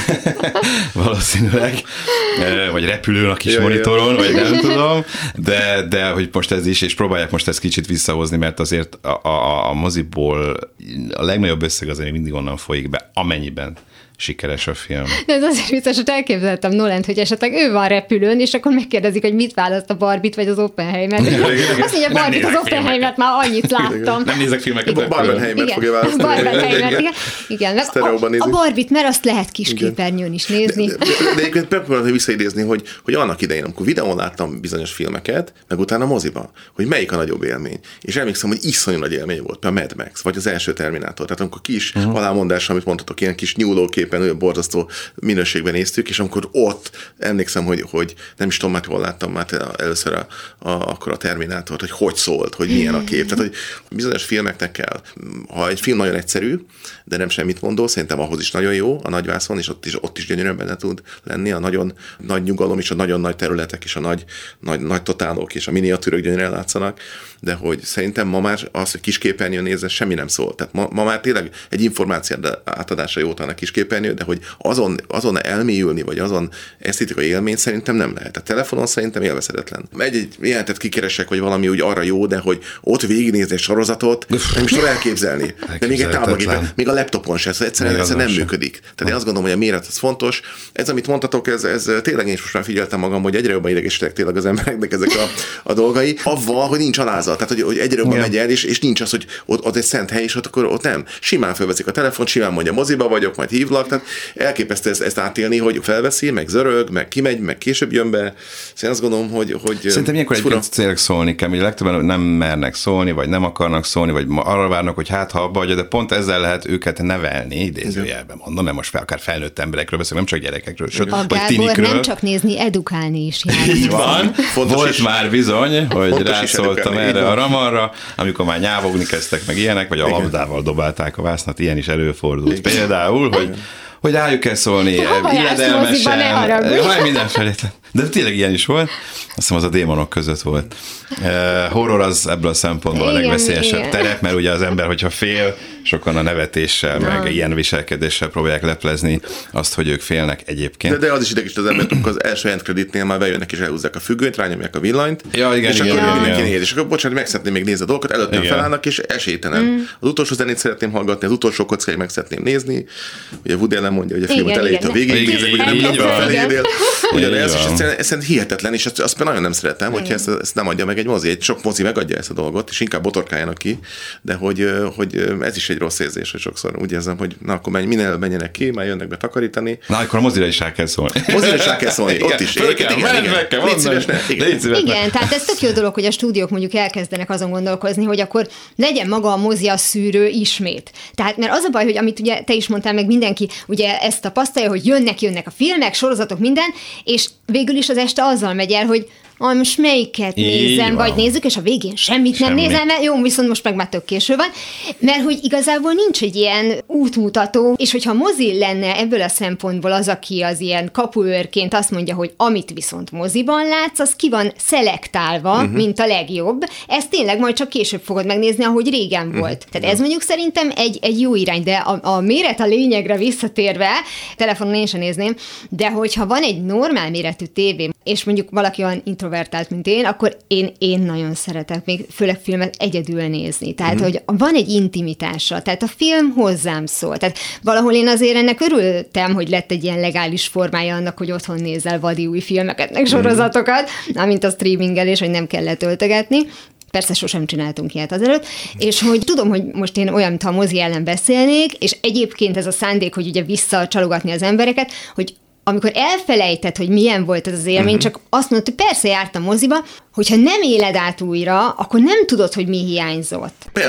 Valószínűleg. Vagy repülőn a kis ja, monitoron, ja. vagy nem tudom. De, de hogy most ez is, és próbálják most ezt kicsit visszahozni, mert azért a, a, a moziból a legnagyobb összeg azért mindig onnan folyik be, amennyiben sikeres a film. De ez azért vicces, hogy elképzeltem Nolant, hogy esetleg ő van repülőn, és akkor megkérdezik, hogy mit választ a Barbie-t vagy az Oppenheimert. Azt mondja, Barbie-t, az Oppenheimert már annyit láttam. Nem nézek filmeket. A Barbenheimert fogja választani. Barbenheimert, igen. igen. A, a Barbie-t, mert azt lehet kis képernyőn is nézni. De, de, de, de egyébként próbálom visszaidézni, hogy, hogy annak idején, amikor videón láttam bizonyos filmeket, meg utána moziba, hogy melyik a nagyobb élmény. És emlékszem, hogy iszonyú nagy élmény volt, a Mad Max, vagy az első Terminátor. Tehát amikor kis uh-huh. alámondás, amit mondhatok, ilyen kis nyúlóképpen, olyan borzasztó minőségben néztük, és amikor ott emlékszem, hogy, hogy nem is tudom, már hol láttam már először a, a, akkor a Terminátort, hogy hogy szólt, hogy milyen a kép. Tehát, hogy bizonyos filmeknek kell, ha egy film nagyon egyszerű, de nem semmit mondó, szerintem ahhoz is nagyon jó a nagyvászon, és ott is, ott is gyönyörűen benne tud lenni a nagyon nagy nyugalom, és a nagyon nagy területek, és a nagy, nagy, nagy totálok, és a miniatűrök gyönyörűen látszanak, de hogy szerintem ma már az, hogy kisképernyőn nézze, semmi nem szól. Tehát ma, ma már tényleg egy információ átadása jót a kisképernyő, de hogy azon, azon elmélyülni, vagy azon esztétikai élményt szerintem nem lehet. A telefonon szerintem élvezhetetlen. Egy-egy jelentet kikeresek, vagy valami úgy arra jó, de hogy ott végignézni egy sorozatot, nem is tudom elképzelni. De még egy táblagépen, még a laptopon se, szóval egyszerűen, egyszerűen nem működik. Tehát én azt gondolom, hogy a méret az fontos. Ez, amit mondtatok, ez, ez tényleg én is most már figyeltem magam, hogy egyre jobban idegesítek tényleg az embereknek ezek a, a dolgai, avval, hogy nincs alázat. Tehát, hogy, hogy egyre jobban megy el, és, és nincs az, hogy ott, ott egy szent hely, és ott akkor ott nem. Simán felveszik a telefon, simán mondja, moziba vagyok, majd hívlak. Tehát elképesztő ezt, ezt átélni, hogy felveszi, meg zörög, meg kimegy, meg később jön be. Szóval azt gondolom, hogy... hogy szerintem ilyenkor egyébként tényleg szólni kell, hogy legtöbben nem mernek szólni, vagy nem akarnak szólni, vagy arra várnak, hogy hát ha abba hagyja, de pont ezzel lehet őket nevelni, idézőjelben mondom, nem most fel, akár felnőtt emberekről beszélünk, nem csak gyerekekről, sőt, a vagy tinikről. Nem csak nézni, edukálni is jár. Így van. Volt is. Már bizony, hogy rászóltam erre a ramarra, amikor már nyávogni kezdtek meg ilyenek, vagy a labdával dobálták a vásznat, ilyen is előfordult. Igen. Például, hogy hogy rájuk kell szólni, illedelmesen, haj, mindenfelé. De tényleg ilyen is volt. Azt hiszem, az a démonok között volt. Uh, horror az ebből a szempontból igen, a legveszélyesebb igen. terep, mert ugye az ember, hogyha fél, sokan a nevetéssel, no. meg ilyen viselkedéssel próbálják leplezni azt, hogy ők félnek egyébként. De, de az is ideges az ember, amikor az első endkreditnél már bejönnek és elhúzzák a függönyt, rányomják a villanyt, ja, igen, és igen, akkor igen, mindenki igen. néz, és akkor bocsánat, meg szeretném még nézni a dolgokat, előttem igen. felállnak, és esélytelen. Mm. Az utolsó zenét szeretném hallgatni, az utolsó kockáig meg szeretném nézni. Ugye Woody Allen mondja, hogy a filmet elejét a végig nézek, hogy nem kapja a felénél. Ugyanez, és ez hihetetlen, és azt, azt már nagyon nem szeretem, hogyha ezt, ezt nem adja meg egy mozi. Egy sok mozi megadja ezt a dolgot, és inkább botorkáljanak ki, de hogy, hogy ez is egy rossz érzés, hogy sokszor úgy érzem, hogy na akkor menj, minél menjenek ki, már jönnek be takarítani. Na akkor a mozira is rá kell szólni. Mozira is rá kell szólni, igen, ott is. Igen, igen, igen, igen. Légy szívesne. Igen, tehát ez tök jó dolog, hogy a stúdiók mondjuk elkezdenek azon gondolkozni, hogy akkor legyen maga a mozi a szűrő ismét. Tehát mert az a baj, hogy amit ugye te is mondtál, meg mindenki ugye ezt tapasztalja, hogy jönnek, jönnek a filmek, sorozatok, minden, és végül is az este azzal megy el, hogy ah, most melyiket nézem, vagy nézzük, és a végén semmit Semmi. nem nézem, mert jó, viszont most meg már tök késő van, mert hogy igazából nincs egy ilyen útmutató, és hogyha mozi lenne ebből a szempontból az, aki az ilyen kapuőrként azt mondja, hogy amit viszont moziban látsz, az ki van szelektálva, uh-huh. mint a legjobb, ezt tényleg majd csak később fogod megnézni, ahogy régen uh-huh. volt. Tehát uh-huh. ez mondjuk szerintem egy, egy jó irány, de a, a méret a lényegre visszatérve, telefonon én sem nézném, de hogyha van egy normál méretű tévé, és mondjuk valaki olyan introvertált, mint én, akkor én, én nagyon szeretek még főleg filmet egyedül nézni. Tehát, mm. hogy van egy intimitása, tehát a film hozzám szól. Tehát valahol én azért ennek örültem, hogy lett egy ilyen legális formája annak, hogy otthon nézel vadi új filmeket, meg sorozatokat, amint a streamingelés, hogy nem kell letöltögetni. Persze sosem csináltunk ilyet azelőtt, és hogy tudom, hogy most én olyan, mintha a mozi ellen beszélnék, és egyébként ez a szándék, hogy ugye visszacsalogatni az embereket, hogy amikor elfelejtett, hogy milyen volt ez az élmény, uh-huh. csak azt mondod, hogy persze jártam moziba, hogyha nem éled át újra, akkor nem tudod, hogy mi hiányzott. Persze.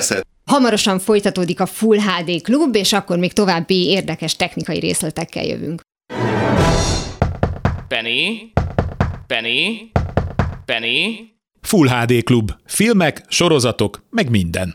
Hamarosan folytatódik a Full há dé Klub, és akkor még további érdekes technikai részletekkel jövünk. Penny? Penny? Penny? Full há dé Klub. Filmek, sorozatok, meg minden.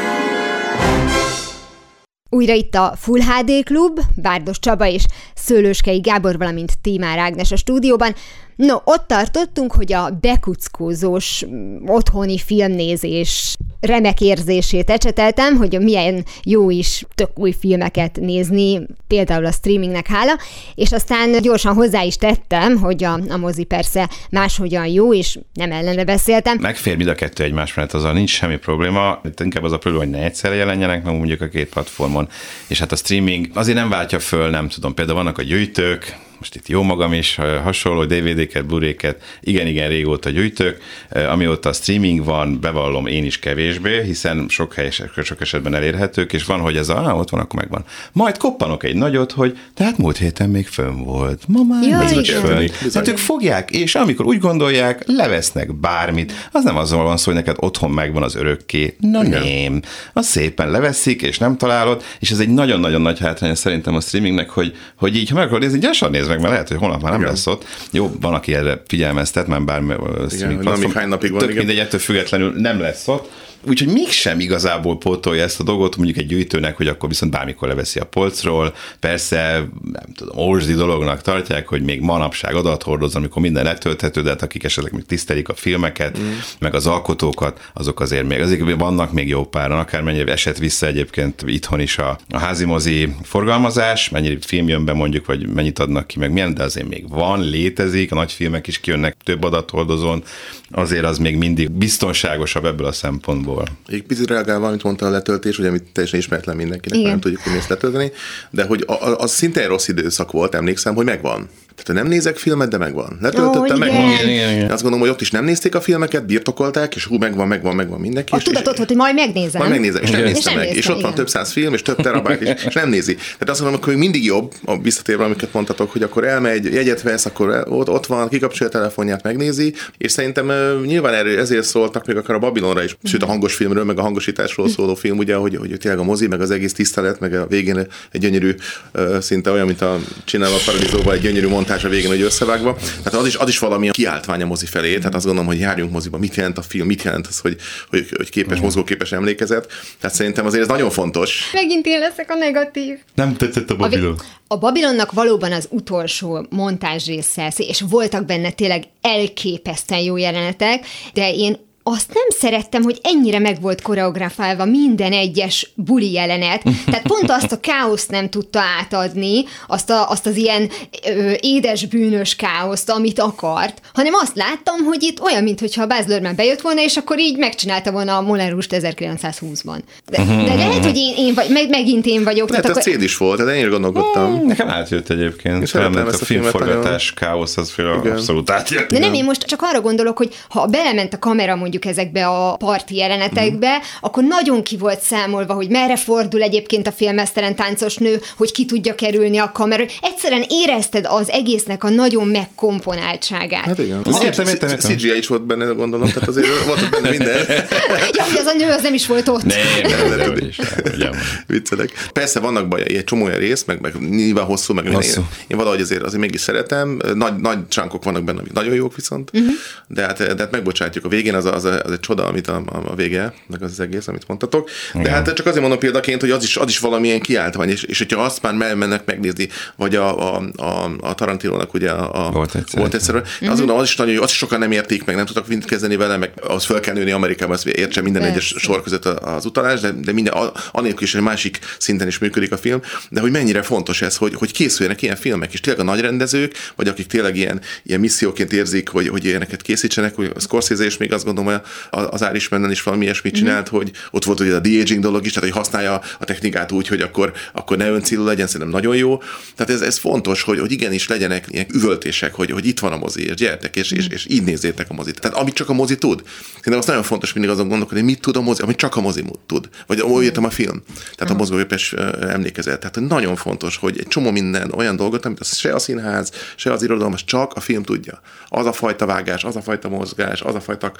Újra itt a Full há dé Klub, Bárdos Csaba és Szőlőskei Gábor, valamint Tímár Ágnes a stúdióban. No, ott tartottunk, hogy a bekuckózós otthoni filmnézés remek érzését ecseteltem, hogy milyen jó is tök új filmeket nézni, például a streamingnek hála, és aztán gyorsan hozzá is tettem, hogy a, a mozi persze máshogyan jó, és nem ellene beszéltem. Megfér mind a kettő egymás mellett, azzal nincs semmi probléma, inkább az a probléma, hogy ne egyszerre jelenjenek, meg mondjuk a két platformon, és hát a streaming azért nem váltja föl, nem tudom, például vannak a gyűjtők, most itt jó magam is, hasonló dé vé dé-ket, Blu-ray-ket, igen-igen régóta gyűjtök, amióta a streaming van, bevallom én is kevésbé, hiszen sok helyes, sok esetben elérhetők, és van, hogy ez a, ah, ott van, akkor megvan. Majd koppanok egy nagyot, hogy tehát múlt héten még fönn volt, ma már ja, nincs fönn. Tehát ők fogják, és amikor úgy gondolják, levesznek bármit. Az nem azon van szó, hogy neked otthon megvan az örökké. Na nem. Az szépen leveszik, és nem találod, és ez egy nagyon-nagyon nagy hátránya szerintem a streamingnek, hogy, hogy így, ha meg akarod nézni, gyorsan nézd meg, mert lehet, hogy holnap már nem igen. lesz ott. Jó, van, aki erre figyelmeztet, már bármi streaming platform. Hány napig van, tök igen. mindegy, ettől függetlenül nem lesz ott. Úgyhogy mégsem igazából pótolja ezt a dolgot, mondjuk egy gyűjtőnek, hogy akkor viszont bármikor leveszi a polcról. Persze, nem tudom, órzdi dolognak tartják, hogy még manapság adathordozza, amikor minden letölthető, de hát akik esetleg még tisztelik a filmeket, mm. meg az alkotókat, azok azért még, azért vannak még jó páran, akármennyire esett vissza egyébként itthon is a, a házimozi forgalmazás, mennyi film jön be mondjuk, vagy mennyit adnak ki, meg milyen, de azért még van, létezik, a nagy filmek is kijönnek több adathordozón, azért az még mindig biztonságosabb ebből a szempontból. Egy picit reagálva, amit mondta a letöltés, ugye, amit teljesen ismeretlen mindenkinek, nem tudjuk, hogy ezt letölteni, de hogy az szintén rossz időszak volt, emlékszem, hogy megvan. Tehát nem nézek filmet, de megvan. Letöltöttem, oh, megvan. Igen. Igen, igen. Azt gondolom, hogy ott is nem nézték a filmeket, birtokolták, és hú, megvan, megvan, megvan mindenki. A tudatot volt, hogy majd megnézem. Majd megnézem, és nem igen. néztem és meg. Nem és ott igen. van több száz film, és több terabájt, és, és nem nézi. Tehát azt mondom, hogy még mindig jobb, a visszatérve, amiket mondtatok, hogy akkor elmegy, jegyet vesz, akkor ott, ott van, kikapcsolja a telefonját, megnézi, és szerintem uh, nyilván erről ezért szóltak még akár a Babilonra is, sőt a hangos filmről, meg a hangosításról szóló film, ugye, hogy, hogy tényleg a mozi, meg az egész tisztelet, meg a végén egy gyönyörű, uh, szinte olyan, mint a Csinálva a Paradicsóban, egy gyönyörű montázs a végén, hogy összevágva. Tehát az is, az is valami kiáltvány a mozi felé, tehát azt gondolom, hogy járjunk moziba, mit jelent a film, mit jelent az, hogy, hogy, hogy képes, mozgóképes emlékezet. Tehát szerintem azért ez nagyon fontos. Megint én leszek a negatív. Nem tetszett a Babilon. A, a Babilonnak valóban az utolsó montázs része, és voltak benne tényleg elképesztően jó jelenetek, de én azt nem szerettem, hogy ennyire meg volt koreografálva minden egyes buli jelenet. Tehát pont azt a káoszt nem tudta átadni, azt, a, azt az ilyen ö, édes bűnös káoszt, amit akart, hanem azt láttam, hogy itt olyan, mintha a Baz Luhrmann bejött volna, és akkor így megcsinálta volna a Moulin Rouge-t ezerkilencszázhúszban. De, de lehet, hogy én, én vagy, meg, megint én vagyok. Lehet, ez akkor... céd is volt, de én is gondolkodtam. Nekem átjött egyébként. Felment a filmforgatás, káosz, az abszolút átjött. De nem, én most csak arra gondolok, hogy ha belement a kamera mondjuk ezekbe a parti jelenetekbe, mm. akkor nagyon ki volt számolva, hogy merre fordul egyébként a félmeztelen táncos nő, hogy ki tudja kerülni a kamera. Egyszerűen érezted az egésznek a nagyon megkomponáltságát. Hát igen. Az értem, értem, értem. cé gé í is volt benne, gondolom, tehát azért volt benne minden. Ja, hogy az a nő az nem is volt ott. Nem, nem, nem, nem. Viccelek. Persze vannak bajai, egy csomó olyan rész, meg, meg nyilván hosszú, meg hosszú. Én, én valahogy azért, azért mégis szeretem. Nagy, nagy csánkok vannak benne, amik nagyon jók viszont, uh-huh. de, hát, de hát megbocsátjuk a végén, az, az, az egy csoda, amit a, a vége, meg az, az egész, amit mondtatok. De igen. Hát csak azért mondom példaként, hogy az is, az is valamilyen kiáltvány, és, és hogyha azt már mennek megnézni, vagy a, a, a, a Tarantinónak ugye a, a volt egyszer. Volt egyszer. Uh-huh. Azt gondolom, az is nagyon jó, azt is sokan nem érték meg, nem tudtak mind kezdeni vele, meg az föl kell nőni Amerikában, azt értse minden Persze. egyes sor között az utalás, de, de minden, anélkül is egy másik szinten is működik a film, de hogy mennyire fontos ez, hogy, hogy készüljenek ilyen filmek, és tényleg a nagy rendezők, vagy akik tényleg ilyen, ilyen misszióként érzik, hogy, hogy ilyeneket készítsenek, hogy a Scorsese és még azt gondolom, hogy az Irishmannen is valami ilyesmit csinált, mm-hmm. hogy ott volt ugye a de-aging dolog is, tehát hogy használja a technikát úgy, hogy akkor, akkor ne öncélú legyen, szerintem nagyon jó. Tehát ez, ez fontos, hogy, hogy igenis legyenek ilyen üvöltések, hogy, hogy itt van a mozi, és gyertek, és, és, és így nézzétek a mozit. Tehát amit csak a mozi tud. Szerintem azt nagyon fontos mindig azon gondolkodni, hogy mit tud a mozi, amit csak a mozi tud. Vagy úgy értem a film. Tehát a mozgóképes emlékezet. Tehát nagyon fontos, hogy egy csomó minden olyan dolgot, amit az se a színház, se az irodalom, az csak a film tudja. Az a fajta vágás, az a fajta mozgás, az a fajta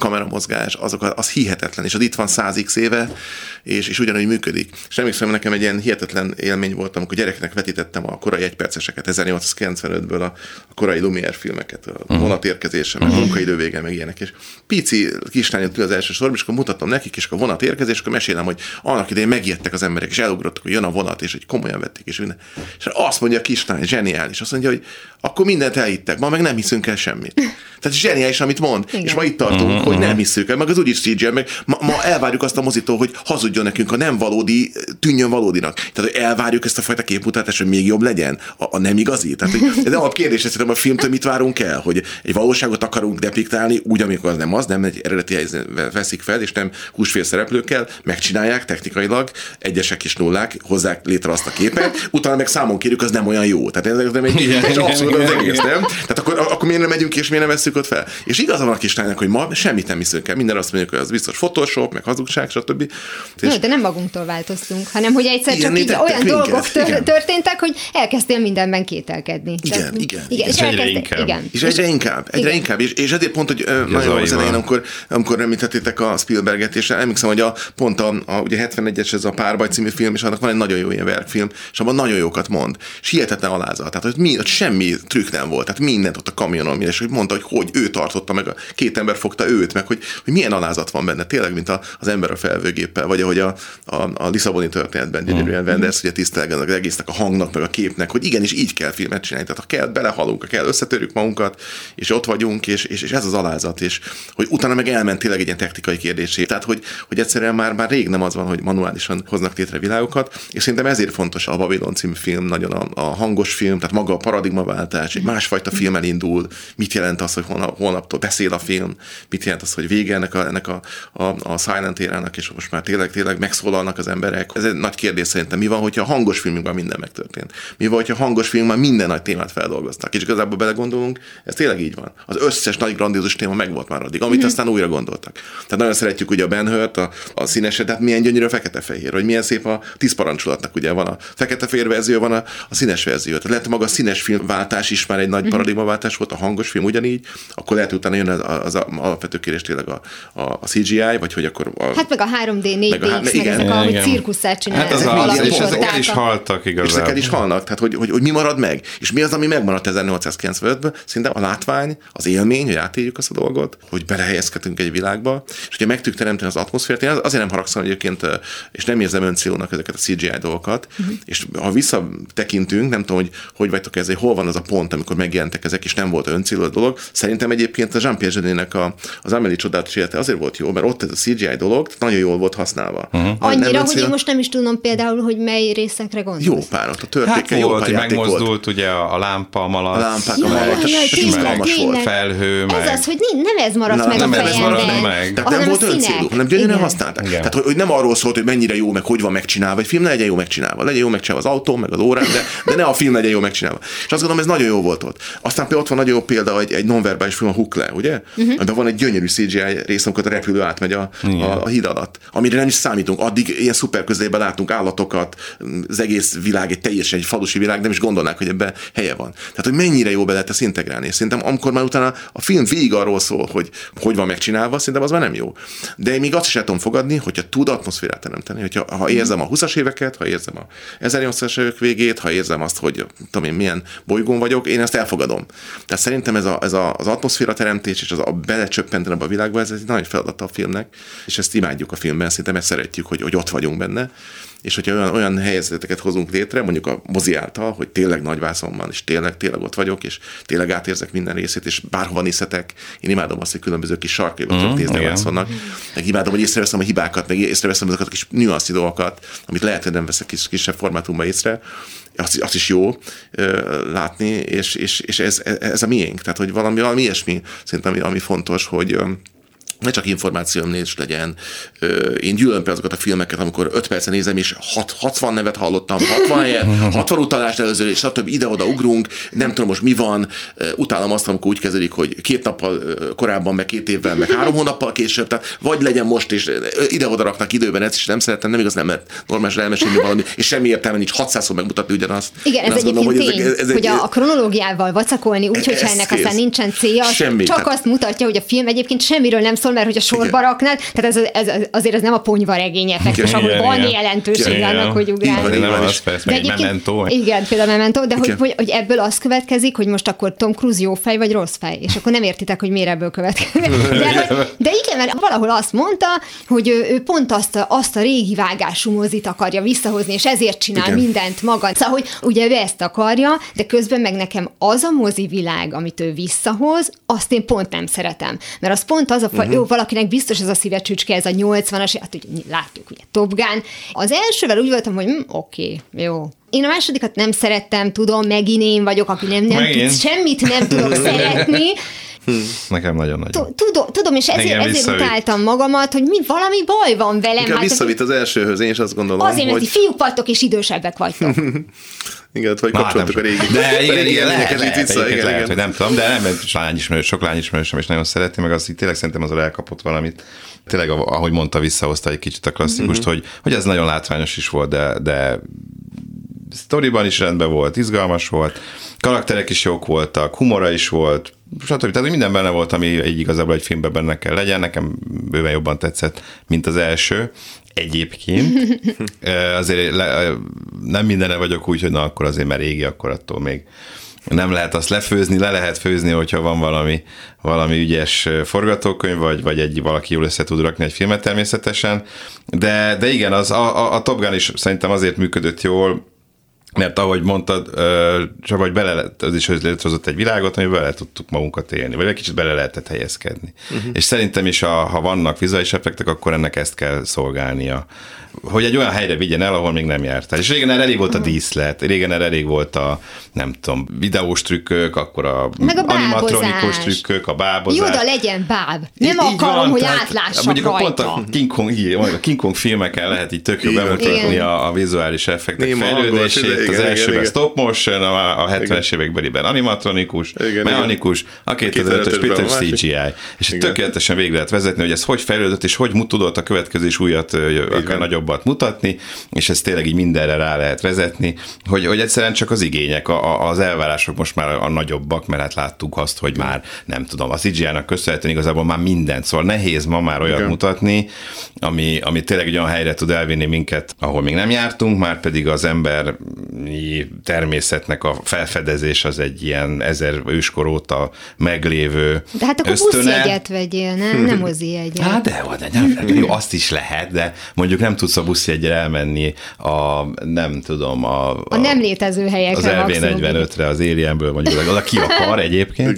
kameramozgás, azok, az hihetetlen, és az itt van száz x éve, és, és ugyanúgy működik. És emlékszem, nekem egy ilyen hihetetlen élmény volt, amikor gyereknek vetítettem a korai egyperceseket, ezernyolcszázkilencvenötből a, a korai Lumière filmeket, a uh-huh. vonatérkezése, meg a munkaidő vége, meg ilyenek. És pici kislányot ül az első sorban, és akkor mutattam nekik, és a vonatérkezés, akkor mesélem, hogy annak idején megijedtek az emberek, és elugrottak, hogy jön a vonat, és hogy komolyan vették, és minden. És azt mondja a kislány, zseniális, azt mondja, hogy akkor mindent elhittek, ma meg nem hiszünk el semmit. Tehát zseniális, amit mond, igen. És ma itt tartunk, uh-huh. hogy nem hiszük el, meg az úgyis cé gé i, meg ma, ma elvárjuk azt a mozitól, hogy hazudjon nekünk, a nem valódi, tűnjön valódinak. Tehát, hogy elvárjuk ezt a fajta képmutatást, hogy még jobb legyen, a, a nem igazi. Tehát, hogy ez a kérdés, szerintem a filmtől mit várunk el, hogy egy valóságot akarunk depiktálni, úgy, amikor az nem az, nem egy eredeti helyzet veszik fel, és nem húsfél szereplőkkel, megcsinálják technikailag, egyesek is nullák, hozzák létre azt a képet, utána meg számon kérjük, az nem olyan jó. Tehát ez nem egy, egy abszolút az egész, nem? Tehát akkor, akkor miért nem megyünk és miért nem vesszük ott fel? És igaza van a kislánynak, hogy ma semmit nem hiszünk el, minden azt mondjuk, hogy az biztos Photoshop, meg hazugság, stb. Jó, de nem magunktól változtunk, hanem hogy egyszer csak így olyan minket, dolgok tör- igen. történtek, hogy elkezdtél mindenben kételkedni. Igen, Tehát, igen, igen. és, És, egyre elkezd... inkább. igen. és egyre inkább, egyre igen. inkább. És, és ezért pont, hogy uh, nagyon jó az elején, amikor, amikor említettétek a Spielberget, és emlékszem, hogy a, pont a, a ugye hetvenegyes ez a Párbaj című film, és annak van egy nagyon jó ilyen verkfilm, és abban nagyon jókat mond. És hihetetlen alázat. Tehát, hogy mi, semmi trükk nem volt. Tehát mindent ott a kamionon, és hogy mondta, hogy hogy ő tartotta meg, a két ember fogta őt, meg hogy, hogy milyen alázat van benne. Tényleg, mint a, az ember a felvőgéppel, vagy ahogy a, a, a Lisszaboni történetben gyönyörűen Wenders, ugye tisztelgen az egésznek, a hangnak, meg a képnek, hogy igenis így kell filmet csinálni. Tehát ha kell, belehalunk, ha kell, összetörjük magunkat, és ott vagyunk, és, és, és ez az alázat, és hogy utána meg elment tényleg egy ilyen technikai kérdésé. Tehát, hogy, hogy egyszerűen már, már rég nem az van, hogy manuálisan hoznak létre világokat, és szerintem ezért fontos a Babylon című film, nagyon a, a hangos film, tehát maga a paradigmaváltás, egy másfajta film elindul, mit jelent az, hogy holnap, holnaptól beszél a film, mit jelent az, hogy vége ennek a, ennek a, a, a silent érának, és most már tényleg, tényleg megszólalnak az emberek. Ez egy nagy kérdés szerintem, mi van, hogyha a hangos filmünkben minden megtörtént? Mi van, hogyha a hangos filmben minden nagy témát feldolgoztak? És igazából belegondolunk, ez tényleg így van. Az összes nagy grandiózus téma megvolt már addig, amit mm-hmm. aztán újra gondoltak. Tehát nagyon szeretjük ugye a Ben-Hurt, a, a színeset, tehát milyen gyönyörű a fekete-fehér, hogy milyen szép a tíz parancsolatnak, ugye van a fekete-fehér verzió, van a, a színes verzió. Tehát lehet maga a színes filmváltás is már egy nagy paradigmaváltás volt, a hangos film ugyanígy, akkor lehet utána jön az, az, az alapvető kérdés tényleg a, a, a cé gé i, vagy hogy akkor... A, hát meg a három dé, négy dé, meg, meg igen, ezek, ahogy cirkusszát csinálnak. Hát az az, és ezek el is haltak igazából. És ezek el is halnak, tehát hogy, hogy, hogy mi marad meg, és mi az, ami megmaradt ezernyolcszázkilencvenötből, szerintem a látvány, az élmény, hogy átéljük azt a dolgot, hogy belehelyezkedünk egy világba, és ugye meg tudjuk teremteni az atmoszférát. Én azért nem haragszom egyébként, és nem érzem öncélónak ezeket a cé gé i dolgokat, uh-huh. és ha visszatekintünk, nem tudom, hogy hogy vagytok ezzel, hol van az a pont, amikor megjelentek ezek, és nem volt öncéló a dolog. Szerintem egyébként a Jean-Pierre Jeunet-nek a, az Amélie csodálatos élete azért volt jó, mert ott ez a cé gé i dolog nagyon jól volt használva. Uh-huh. Annyira, hogy én most nem is tudom például, hogy mely részekre gondolsz. Jó pár, ott a törtékkel, jó volt, pár játék volt. Megmozdult ugye a lámpa, a malac, a lámpák, a malac, felhő, meg. Ez az, hogy nem ez maradt meg a fejemben. Tehát nem volt öncélú, hanem gyönyörűen használták. Igen. Tehát, hogy nem arról szólt, hogy mennyire jó, meg hogy van megcsinálva, egy film ne legyen jó megcsinálva. Legyen jó megcsinálva az autó, meg az órán, de, de ne a film legyen jó megcsinálva. És azt gondolom, ez nagyon jó volt ott. Aztán például ott van nagyon jó példa, egy, egy nonverbális film, a Hukle, ugye? Uh-huh. Amiben van egy gyönyörű cé gé i rész, amikor a repülő átmegy a, a, a híd alatt, amire nem is számítunk. Addig ilyen szuper közelében látunk állatokat, az egész világ egy teljesen egy falusi világ, nem is gondolnák, hogy ebben helye van. Tehát, hogy mennyire jó be lehet ezt integrálni. És szerintem, amikor már utána a film végig arról szól, hogy hogy van megcsinálva, szerintem az már nem jó. De én még azt is el tudom fogadni, hogyha tud atmoszférát teremteni, hogyha ha érzem a húszas éveket, ha érzem a ezernyolcszázas évek végét, ha érzem azt, hogy tudom én milyen bolygón vagyok, én ezt elfogadom. Tehát szerintem ez, a, ez a, az atmoszféra teremtés és az a belecsöppenteni a világba, ez egy nagy feladata a filmnek, és ezt imádjuk a filmben, szerintem ezt szeretjük, hogy, hogy ott vagyunk benne. És hogyha olyan, olyan helyzeteket hozunk létre, mondjuk a mozi által, hogy tényleg nagy vászon van, és tényleg, tényleg ott vagyok, és tényleg átérzek minden részét, és bárhova nézhetek. Én imádom azt, hogy különböző kis sarkaiba tudok nézni a vászonnak. Meg imádom, hogy észreveszem a hibákat, meg észreveszem azokat a kis nüanszi dolgokat, amit lehet, hogy nem veszek kis, kisebb formátumban észre. Azt, azt is jó ö, látni, és, és, és ez, ez a miénk. Tehát, hogy valami, valami ilyesmi szerintem, ami, ami fontos, hogy ö, ne csak információm is legyen. Én gyűlölöm azokat a filmeket, amikor öt percen nézem, és hatvan nevet hallottam, hatvan helyet, hatvan utalást előző, és stb. Ide-oda ugrunk, nem tudom most mi van. Utálom azt, amikor úgy kezdődik, hogy két nappal korábban, meg két évvel, meg három hónappal később, tehát vagy legyen most, és ide-oda raknak időben, ezt is nem szeretem, nem igaz, nem mert normálisan elmesélni valami, és semmi értelme nincs hatszázszor megmutatni ugyanazt. Igen, ez egyébként gondolom, tény, hogy, ez, ez hogy egy, a kronológiával vacakolni, úgy, hogyha ennek aztán nincsen célja, csak azt mutatja, hogy a film egyébként semmiről nem szól, szól, mert hogy a sorba raknád, tehát ez, ez, azért ez nem a ponyvaregény effektus, ahol van igen. jelentőség igen, annak, hogy ugrálni. Nem az persze, meg egy Memento. Igen, például Memento, de hogy, hogy, hogy ebből az következik, hogy most akkor Tom Cruise jó fej, vagy rossz fej, és akkor nem értitek, hogy miért ebből következik. De, de igen, mert valahol azt mondta, hogy ő, ő pont azt a, azt a régi vágású mozit akarja visszahozni, és ezért csinál igen. mindent maga. Szóval, hogy ugye ő ezt akarja, de közben meg nekem az a mozi világ, amit ő visszahoz, azt én pont nem szeretem. Mert az pont az a, uh-huh. jó, valakinek biztos ez a szívecsücske, ez a nyolcvanas, hát ugye látjuk, ugye Top Gun. Az elsővel úgy voltam, hogy hm, oké, okay, jó. Én a másodikat nem szerettem, tudom, megint én vagyok, aki nem, nem tud, semmit nem tudok szeretni. Nekem nagyon-nagyon. Tudom, tudom, és ezért, ezért utáltam magamat, hogy mi valami baj van velem. Inkább hát, visszavitt az elsőhöz, én is azt gondolom, azért, mert hogy... fiúk vagytok, és idősebbek vagytok. Igen, vagy kapcsoltuk a régi. De igen, igen, lehet, lehet, vissza, igen, lehet, hogy nem tudom, de nem, mert lányismerős, sok lányismerősöm is nagyon szereti, meg azt, hogy tényleg szerintem azon elkapott valamit. Tényleg, ahogy mondta, visszahozta egy kicsit a klasszikust, mm-hmm. hogy, hogy ez nagyon látványos is volt, de, de sztoriban is rendben volt, izgalmas volt, karakterek is jók voltak, humora is volt, stb. Tehát minden benne volt, ami egy igazából egy filmben benne kell legyen. Nekem bőven jobban tetszett, mint az első. Egyébként. Azért le, nem mindenne vagyok úgy, hogy na akkor azért, mert régi, akkor attól még nem lehet azt lefőzni, le lehet főzni, hogyha van valami, valami ügyes forgatókönyv, vagy, vagy egy, valaki jól össze tud rakni egy filmet természetesen. De, de igen, az, a, a, a Top Gun is szerintem azért működött jól, mert ahogy mondtad, csak vagy bele, az is létrehozott egy világot, amiben bele tudtuk magunkat élni, vagy egy kicsit bele lehetett helyezkedni. Uh-huh. És szerintem is, a, ha vannak vizuális effektek, akkor ennek ezt kell szolgálnia. Hogy egy olyan helyre vigyen el, ahol még nem jártál. És régen erre elég volt a díszlet, régen erre elég volt a, nem tudom, videós trükkök, akkor a, a animatronikus trükkök, a bábozás. Jó, oda legyen báb. Nem így akarom, van, hogy átlássak mondjuk rajta. Pont a King Kong, így, a King Kong filmeken lehet így tök jó bemutatni a, a vizuális effektek Néma fejlődését. Igen, az igen, elsőben igen, stop motion, a, a hetvenes évekbeliben animatronikus, igen, mechanikus, a kétezer-ötös Peter cé gé i. És tökéletesen végig lehet vezetni, hogy ez hogy fejlődött, és hogy tudott a következő is újat, akár nagyobbat mutatni, és ez tényleg így mindenre rá lehet vezetni, hogy, hogy egyszerűen csak az igények, a, az elvárások most már a nagyobbak, mert hát láttuk azt, hogy már nem tudom, a cé gé í-nak köszönhetően igazából már mindent, szóval nehéz ma már olyat igen. mutatni, ami, ami tényleg egy olyan helyre tud elvinni minket, ahol még nem jártunk, már pedig az ember természetnek a felfedezés az egy ilyen ezer őskor óta meglévő de hát akkor buszjegyet vegyél, nem? Nem mozi-jegyet. Hát de, de nem, jó, azt is lehet, de mondjuk nem tudsz a buszjegyre elmenni a, nem tudom, a... A, a nem létező helyekre. Az er vé negyvenötre, az Alienből mondjuk, oda ki akar egyébként.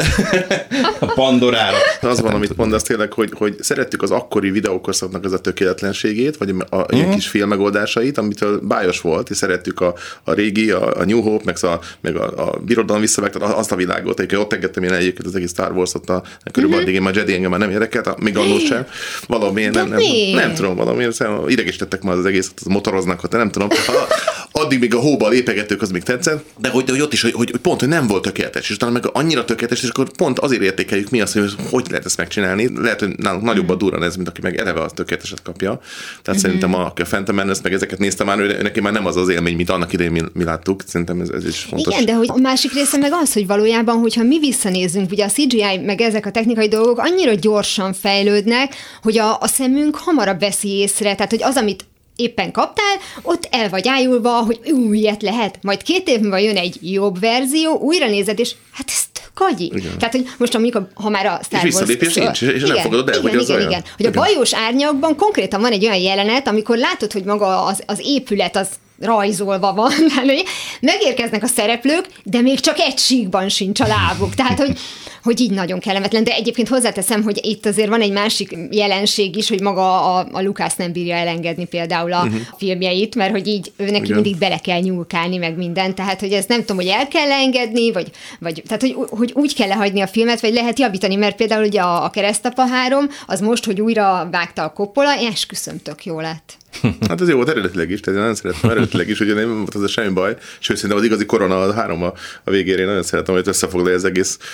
A Pandorára. Az van, amit mondasz tényleg, hogy, hogy szerettük az akkori videókorszaknak az a tökéletlenségét, vagy a, a ilyen kis filmmegoldásait, amitől bájos volt, és szerettük a, a régi, a, a New Hope, meg a, meg a, a Birodalom visszavágtat, azt a világot. Egyébként ott engedtem én egyébként az egész Star Wars-ot, a, körülbelül addig én már Jedi engem már nem érdekelt, még annól sem. Valamiért nem, nem, nem tudom, valamiért idegesítettek már az egészet, az motoroznak, hogy nem tudom. Addig még a hóba lépegetők, az még tetszett, de hogy, de hogy ott is, hogy, hogy pont, hogy nem volt tökéletes, és talán meg annyira tökéletes, és akkor pont azért értékeljük mi azt, hogy hogy lehet ezt megcsinálni. Lehet, hogy nálunk nagyobb a durran ez, mint aki meg eleve a tökéleteset kapja. Tehát mm-hmm. szerintem a, a Phantom Menace, meg ezeket néztem már, ő, neki már nem az az élmény, mint annak idején mi, mi láttuk. Szerintem ez, ez is fontos. Igen, de hogy a másik része meg az, hogy valójában, hogyha mi visszanézzünk, ugye a cé gé í, meg ezek a technikai dolgok annyira gyorsan fejlődnek, hogy a, a szemünk hamarabb veszi észre. Tehát, hogy az, amit éppen kaptál, ott el vagy ájulva, hogy ú, ilyet lehet. Majd két év múlva jön egy jobb verzió, újra nézed, és hát ez tök agyi. Igen. Tehát, hogy most amikor, ha már a Star Wars... És visszalépés nincs, és igen, nem fogadod el, igen, hogy az igen, olyan. igen. Hogy a bajós árnyakban konkrétan van egy olyan jelenet, amikor látod, hogy maga az, az épület az rajzolva van, megérkeznek a szereplők, de még csak egy síkban sincs a lábuk. Tehát, hogy, hogy így nagyon kellemetlen. De egyébként hozzáteszem, hogy itt azért van egy másik jelenség is, hogy maga a, a Lucas nem bírja elengedni például a uh-huh. filmjeit, mert hogy így ő neki mindig bele kell nyúlkálni, meg minden. Tehát, hogy ezt nem tudom, hogy el kell engedni, vagy, vagy tehát, hogy, hogy úgy kell lehagyni a filmet, vagy lehet javítani, mert például ugye a, a Keresztapa három, az most, hogy újra vágta a Coppola, én esküszöm, tök jó lett. Hát ez jó volt eredetileg is, tehát én nagyon szeretem eredetileg is, ugye nem volt az semmi baj, sőt szerintem az igazi korona a három a, a végére, én nagyon szeretem, hogy összefoglalja az egész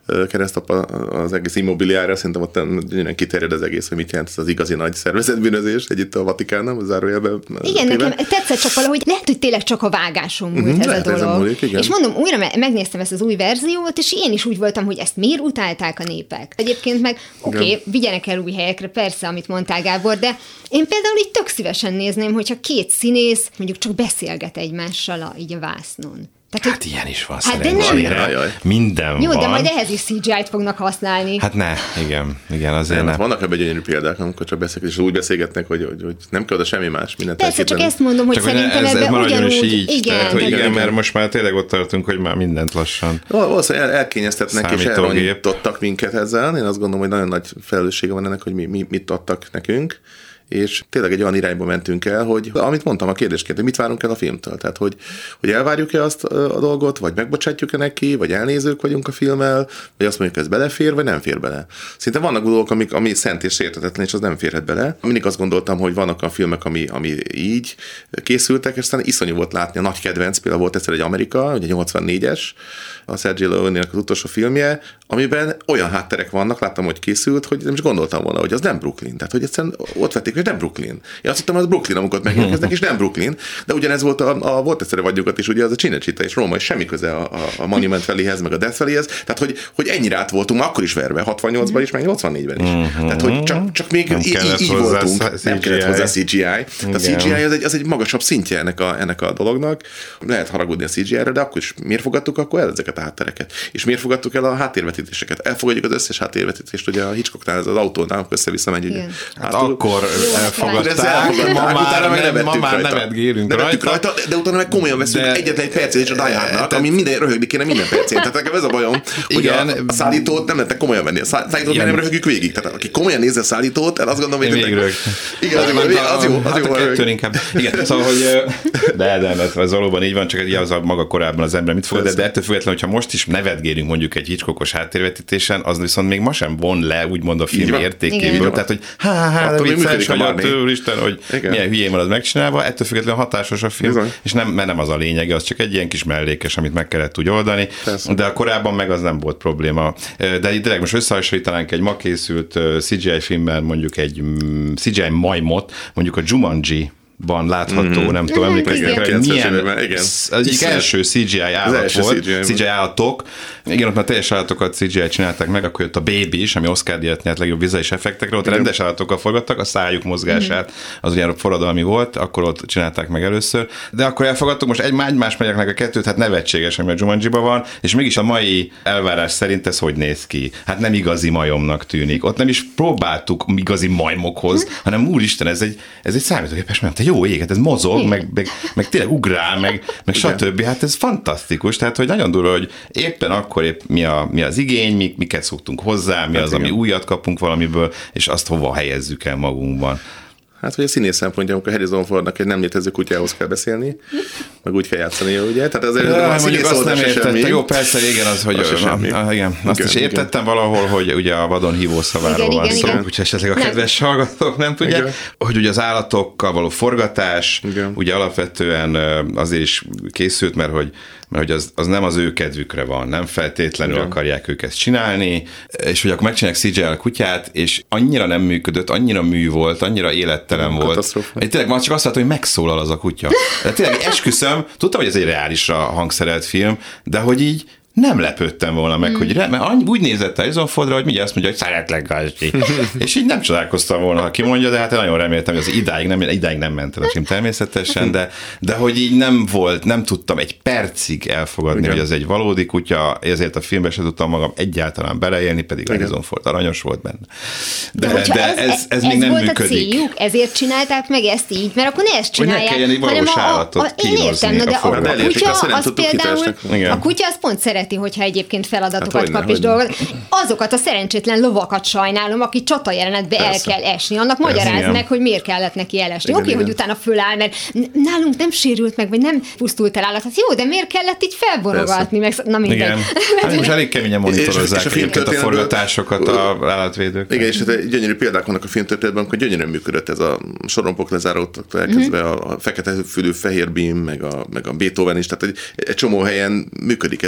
keresztapa az egész immobiliára, szerintem ott gyönyörűen kiterjed az egész, hogy mit jelent az igazi nagy szervezetbűnözés együtt a Vatikánnal, a zárójelben. Igen, téve. Nekem tetszett csak valahogy, lehet, hogy tényleg csak a vágáson múlt uh-huh, ez a dolog. Múlik, és mondom, újra megnéztem ezt az új verziót, és én is úgy voltam, hogy ezt miért utálták a népek. Egyébként meg oké, okay, vigyenek el új helyekre, persze, amit mondtál, Gábor, de én például így tök szívesen nézném, hogyha két színész mondjuk csak beszélget egymással a, így a vásznon. Tehát, hát ilyen is van, hát szerencsére. Minden Jó, van. Jó, de majd ehhez is cé gé í-t fognak használni. Hát ne, igen, igen, azért nem. nem. Vannak ebben gyönyörű példák, amikor csak beszélget, és úgy beszélgetnek, hogy, hogy, hogy nem kell oda semmi más. Persze, csak ezt mondom, hogy csak szerintem ez, ebben ez ugyanúgy... Így, igen, tehát, hogy igen, igen, mert most már tényleg ott tartunk, hogy már mindent lassan. Valószínűleg el, elkényeztetnek és elronyítottak minket ezzel. Én azt gondolom, hogy nagyon nagy felelőssége van ennek, hogy mi, mi, mit adtak nekünk. És tényleg egy olyan irányba mentünk el, hogy amit mondtam a kérdésként, hogy mit várunk el a filmtől. Tehát, hogy, hogy elvárjuk-e azt a dolgot, vagy megbocsátjuk-e neki, vagy elnézők vagyunk a filmmel, vagy azt mondjuk, ez belefér, vagy nem fér bele. Szinte vannak dolgok, amik, ami szent és érthetetlen, és az nem férhet bele. Mindig azt gondoltam, hogy vannak a filmek, ami, ami így készültek, és aztán iszonyú volt látni. A nagy kedvenc például volt egyszer egy Amerika, ugye nyolcvannégyes, a Sergio Leone-nek az utolsó filmje, amiben olyan hátterek vannak, láttam, hogy készült, hogy nem is gondoltam volna, hogy az nem Brooklyn. Tehát, hogy egyszerűen ott vették, hogy nem Brooklyn. Én azt hittem, az Brooklyn, amikor megérkeznek, és nem Brooklyn. De ugyanez volt a, a volt egyszerre vagyokat is, ugye az a Cinecittà és Róma, és semmi köze a, a, a Monument Valleyhez, meg a Death Valleyhez. Tehát, hogy, hogy ennyire át voltunk, akkor is verve, hatvannyolcban is, meg nyolcvannégyben is. Uh-huh. Tehát, hogy csak, csak még így, így voltunk. Nem kellett hozzá cé gé í. Tehát a cé gé í az egy, az egy magasabb szintje ennek a, ennek a dolognak. Lehet haragudni a cé gé í-re, de akkor is miért fogadtuk akkor el ezeket a háttereket? És miért fogadtuk el a háttérvetítéseket? Elfogadjuk az összes háttérvetítést, ugye a Hitchcocknál, az autónál, akkor össze-vissza megy. Ugye, hát akkor elfogadták, ma már, nem, ma már nevetgélünk rajta. rajta. De utána meg komolyan veszünk de, egyetlen egy percét és a Die Hardnak, ami minden röhögni kéne minden percét. Tehát nekem ez a bajom, hogy igen, a szállítót nem lehetne komolyan venni. A szállítót igen, nem röhögjük végig. Tehát aki komolyan nézze a szállítót, el azt gondolom, hogy... Végig igen, az, az jó, az jó. Hát a inkább. Igen, szóval, hogy... De, de, ez valóban így van, csak az a maga korábban az ember mit fogad, de ettől függetlenül, hogyha most is nevetgélünk mondjuk egy Hitchcockos háttérvetítésen, az viszont még ma sem von le, úgymond a film értékéből. Tehát, hogy há, há, de vicces, hogy a Úristen, hogy igen, milyen hülyén van az megcsinálva, ettől függetlenül hatásos a film, bizony, és nem, mert nem az a lényege, az csak egy ilyen kis mellékes, amit meg kellett úgy oldani, persze, de a korábban meg az nem volt probléma. De itt direkt most összehasonlítanánk egy ma készült cé gé í filmmel mondjuk egy cé gé í majmot, mondjuk a Jumanji ban látható, mm-hmm, nem tudom, emlékeznek rá, hogy milyen, igen, az egyik első cé gé í állat volt, cé gé í állatok, igen, ott már teljes állatokat cé gé í csinálták meg, akkor jött a Baby is, ami Oscar-díjat nyert legjobb vizuális effektekre, ott igen, rendes állatokkal forgattak, a szájuk mozgását, az ugye forradalmi volt, akkor ott csinálták meg először, de akkor elfogadtuk, most egy más megyek meg a kettőt, hát nevetséges, ami a Jumanjiban van, és mégis a mai elvárás szerint ez hogy néz ki? Hát nem igazi majomnak tűnik, ott nem is próbáltuk igazi majmokhoz, hanem úristen, ez egy, ez egy számítógépes, mert jó ég, hát ez mozog, meg, meg, meg tényleg ugrál, meg, meg stb. Hát ez fantasztikus, tehát hogy nagyon durva, hogy éppen akkor épp mi, a, mi az igény, mi, miket szoktunk hozzá, mi hát az, igen, ami újat kapunk valamiből, és azt hova helyezzük el magunkban. Hát, hogy a színész szempontja, amikor Harrison Fordnak egy nem létező kutyához kell beszélni, meg úgy kell játszani, ugye? Tehát azért ja, a színész azt nem értettem. Jó, persze, igen, az, hogy az a, igen, azt igen, is értettem igen, valahol, hogy ugye a vadon hívó szaváról van szó, úgyhogy esetleg a nem, kedves hallgatók nem tudják, igen, hogy ugye az állatokkal való forgatás, igen, ugye alapvetően azért is készült, mert hogy mert hogy az, az nem az ő kedvükre van, nem feltétlenül igen, akarják ők ezt csinálni, és hogy akkor megcsinálják cé gé í a kutyát, és annyira nem működött, annyira mű volt, annyira élettelen volt. Katasztrófa. Tényleg már csak azt látom, hogy megszólal az a kutya. De tényleg esküszöm, tudtam, hogy ez egy reálisra hangszerelt film, de hogy így nem lepődtem volna meg, mm. hogy re, mert annyi, úgy nézett a Harrison Fordra, hogy mindjárt azt mondja, hogy szeretlek, Gazsi. És így nem csodálkoztam volna, ha kimondja, de hát én nagyon reméltem, hogy az idáig nem, idáig nem ment el a film természetesen, de, de hogy így nem volt, nem tudtam egy percig elfogadni, igen, hogy ez egy valódi kutya, ezért a filmben sem tudtam magam egyáltalán beleélni, pedig Harrison Ford aranyos volt benne. De, de, de ez, ez, ez, ez még nem volt működik. A céljuk, ezért csinálták meg ezt így, mert akkor ne ezt csinálják, hogy ne kelljen egy valós állatot kínozni. Én értem, de a kutya, az például, a kutya az pont szeret, hogyha egyébként feladatokat hát, kap és dolgot. Azokat a szerencsétlen lovakat sajnálom, aki csata jelenetbe el kell esni. Annak magyarázd meg, hogy miért kellett neki elesni. Oké, okay, hogy utána föláll, mert nálunk nem sérült meg, vagy nem pusztult el állat. Hát jó, de miért kellett így felborogatni? Meg, na mindegy. Igen. Hát most elég keményen monitorozzák egyébként a forgatásokat a állatvédők. Igen, és hát gyönyörű példák vannak a filmtörténetben, amikor gyönyörűen működött ez a sorompok lezáróktól elkezdve mm-hmm, a fekete fülű fehér bím, meg a, meg a Beethoven is, tehát egy, egy csomó helyen működik ez, semmi baj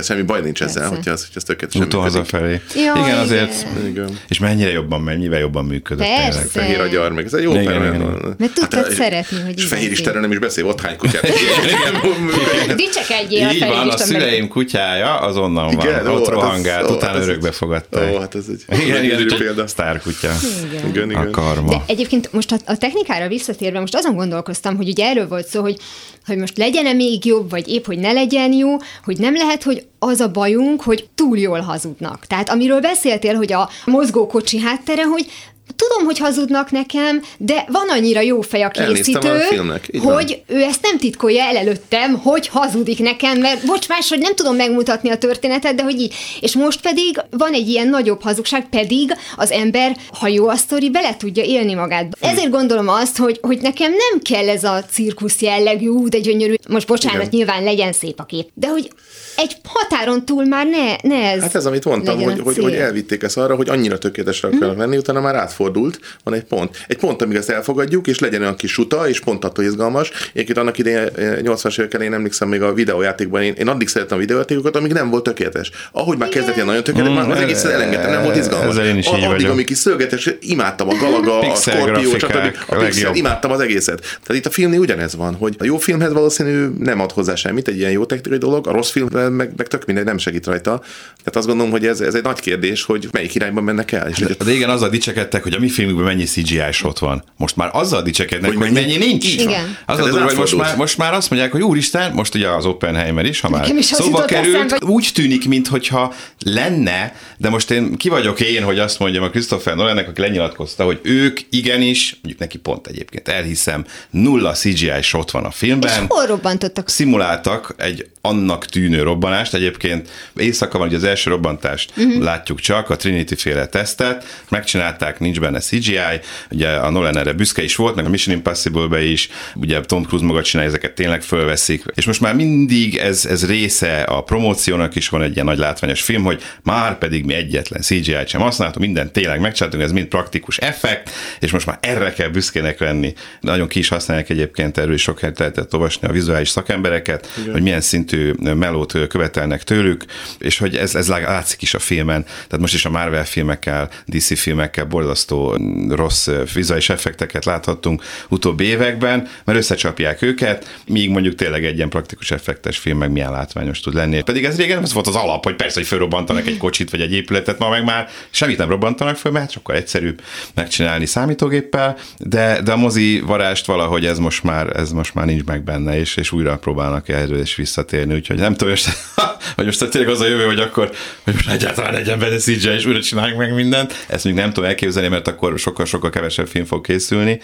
nincs ezzel, hogyha az, hogy az tökéletesen úton hazafelé. Ja, igen, azért. Igen. És mennyire jobban, mennyivel jobban működött. Persze. Fehér agyar, meg ez egy jó Igen, perem. igen. Mert tudtad szeretni, hogy És Fehér Istenről nem is beszél, ott hány kutyát. Dicsekedjél a Így van, Fehér a Isten szüleim kutyája az onnan van. Igen, ó, ott hát rohangált, az- ó, utána hát ez örökbe egy- fogadták. Ó, hát ez egy Igen, gyönyörű igen, példa. sztárkutya. Igen. Igen, igen. A karma. De egyébként most a, a technikára visszatérve, most azon gondolkoztam, hogy ugye erről volt szó, hogy, hogy most legyen-e még jobb, vagy épp, hogy ne legyen jó, hogy nem lehet, hogy az a bajunk, hogy túl jól hazudnak. Tehát amiről beszéltél, hogy a mozgókocsi háttere, hogy tudom, hogy hazudnak nekem, de van annyira jó fej a Elnéztem készítő, a filmnek, így van. hogy ő ezt nem titkolja el előttem, hogy hazudik nekem, mert bocs más, hogy nem tudom megmutatni a történetet, de hogy így. És most pedig van egy ilyen nagyobb hazugság, pedig az ember, ha jó a sztori, bele tudja élni magát. Ezért gondolom azt, hogy, hogy nekem nem kell ez a cirkusz jellegű, de gyönyörű, most bocsánat, Igen. nyilván legyen szép a kép, de hogy egy határon túl már ne, ne ez Hát ez, amit mondtam, legyen hogy, a hogy, cél. hogy elvitték ezt arra, hogy annyira tökéletesre akarnak lenni, utána már átfordult, van egy pont. Egy pont, amíg ezt elfogadjuk, és legyen olyan kis suta, és pont attól izgalmas. Egyébként annak idején nyolcvanas évek elején emlékszem még a videójátékban, én, én addig szerettem a videójátékokat, amíg nem volt tökéletes. Ahogy már kezdett ilyen nagyon tökéletes, már az egész elengedtem, nem volt izgalmas. Ezzel én is így Addig, vagyok. amíg kis szövegetes, imádtam a Galaga, a Pixel Scorpio, grafikák, stb. A a pixel, legjobb. imádtam az egészet. Tehát itt a filmnél ugyanez van, hogy a jó filmhez valószínű nem ad hozzá semmit, egy ilyen jó technikai dolog, a rossz filmben meg, meg tök mindegy, nem segít rajta. Tehát azt gondolom, hogy ez, ez egy nagy kérdés, hogy melyik irányban mennek el. És De, de igen, azzal dicsekedtek, hogy a mi filmükben mennyi cé gé í shot van. Most már azzal dicsekednek, hogy, Hogy hogy mennyi- mennyi nincs. Így van. Igen. Az Tehát a ez dolog, hogy most átfordult. már, most már azt mondják, hogy úristen, most ugye az Oppenheimer is, ha már Nekem is az szóba jutott került, eszembe, hogy- úgy tűnik, mintha lenne, de most én ki vagyok én, hogy azt mondjam a Christopher Nolannek, aki lenyilatkozta, hogy ők igenis, mondjuk neki pont egyébként elhiszem, nulla cé gé í shot van a És filmben. hol robbantottak? Szimuláltak egy annak tűnő robbanást, egyébként éjszaka van, ugye az első robbantást uh-huh. látjuk csak, a Trinity-féle tesztet, megcsinálták, nincs benne cé gé í, ugye a Nolan erre büszke is volt, meg a Mission Impossible-be is, ugye Tom Cruise maga csinálja, ezeket tényleg fölveszik, és most már mindig ez, ez része a promóciónak is, van egy ilyen nagy látványos film, hogy már pedig mi egyetlen cé gé í-t sem használtunk, mindent tényleg megcsináltunk, ez mind praktikus effekt, és most már erre kell büszkének lenni. Nagyon ki is használják egyébként, erről is sok helyet lehetett olvasni a vizuális szakembereket, igen. hogy milyen szintű melót követelnek tőlük, és hogy ez, ez látszik is a filmen. Tehát most is a Marvel filmekkel, dé cé filmekkel borzasztó rossz vizuális effekteket láthattunk utóbbi években, mert összecsapják őket, míg mondjuk tényleg egy ilyen praktikus effektes film meg milyen látványos tud lenni. Pedig ez régen ez volt az alap, hogy persze, hogy fölrobbantanak egy kocsit vagy egy épületet, ma meg már semmit nem robbantanak föl, mert sokkal egyszerűbb megcsinálni számítógéppel, de, de a mozi varást valahogy ez most már, ez most már nincs meg benne, és, és újra próbálnak erről is visszatérni, úgyhogy nem tudom, most, hogy most tényleg az a jövő, hogy akkor hogy most egyáltalán legyen benne cé gé í, és újra csináljuk meg mindent. Ezt még nem tudom elképzelni, mert akkor sokkal-sokkal kevesebb film fog készülni.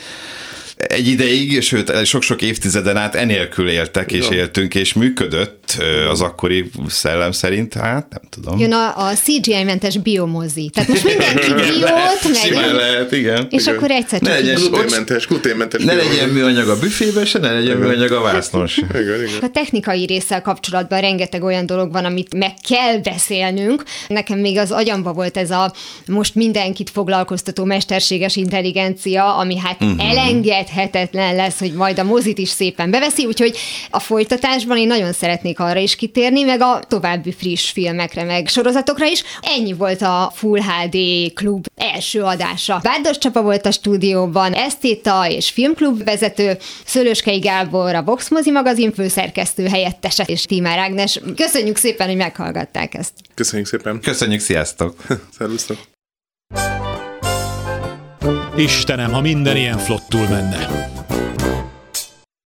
Egy ideig, sőt, sok-sok évtizeden át enélkül éltek és éltünk, és működött az akkori szellem szerint, hát nem tudom. Jön a, a cé gé í-mentes biomozi. Tehát most mindenki biót, Simán meg... lehet, igen. És igen. akkor egyszer Ne csak legyen így. Gluténmentes, gluténmentes. Ne film. legyen műanyag a büfébe, se ne legyen műanyag a vásznon se. Igen, igen. A technikai résszel kapcsolatban rengeteg olyan dolog van, amit meg kell beszélnünk. Nekem még az agyamba volt ez a most mindenkit foglalkoztató mesterséges intelligencia, ami hát uh-huh. elengedhetetlen lesz, hogy majd a mozit is szépen beveszi, úgyhogy a folytatásban én nagyon szeretnék arra is kitérni, meg a további friss filmekre, meg sorozatokra is. Ennyi volt a Full há dé Klub első adása. Bárdos Csaba volt a stúdióban, esztéta és filmklub vezető, Szőlőskei Gábor a Vox Mozi magazin főszerkesztő helyettese, és Tímár Ágnes. Köszönjük szépen, hogy meghallgatták ezt. Köszönjük szépen. Köszönjük, sziasztok! Szervusztok. Istenem, ha minden ilyen flottul menne.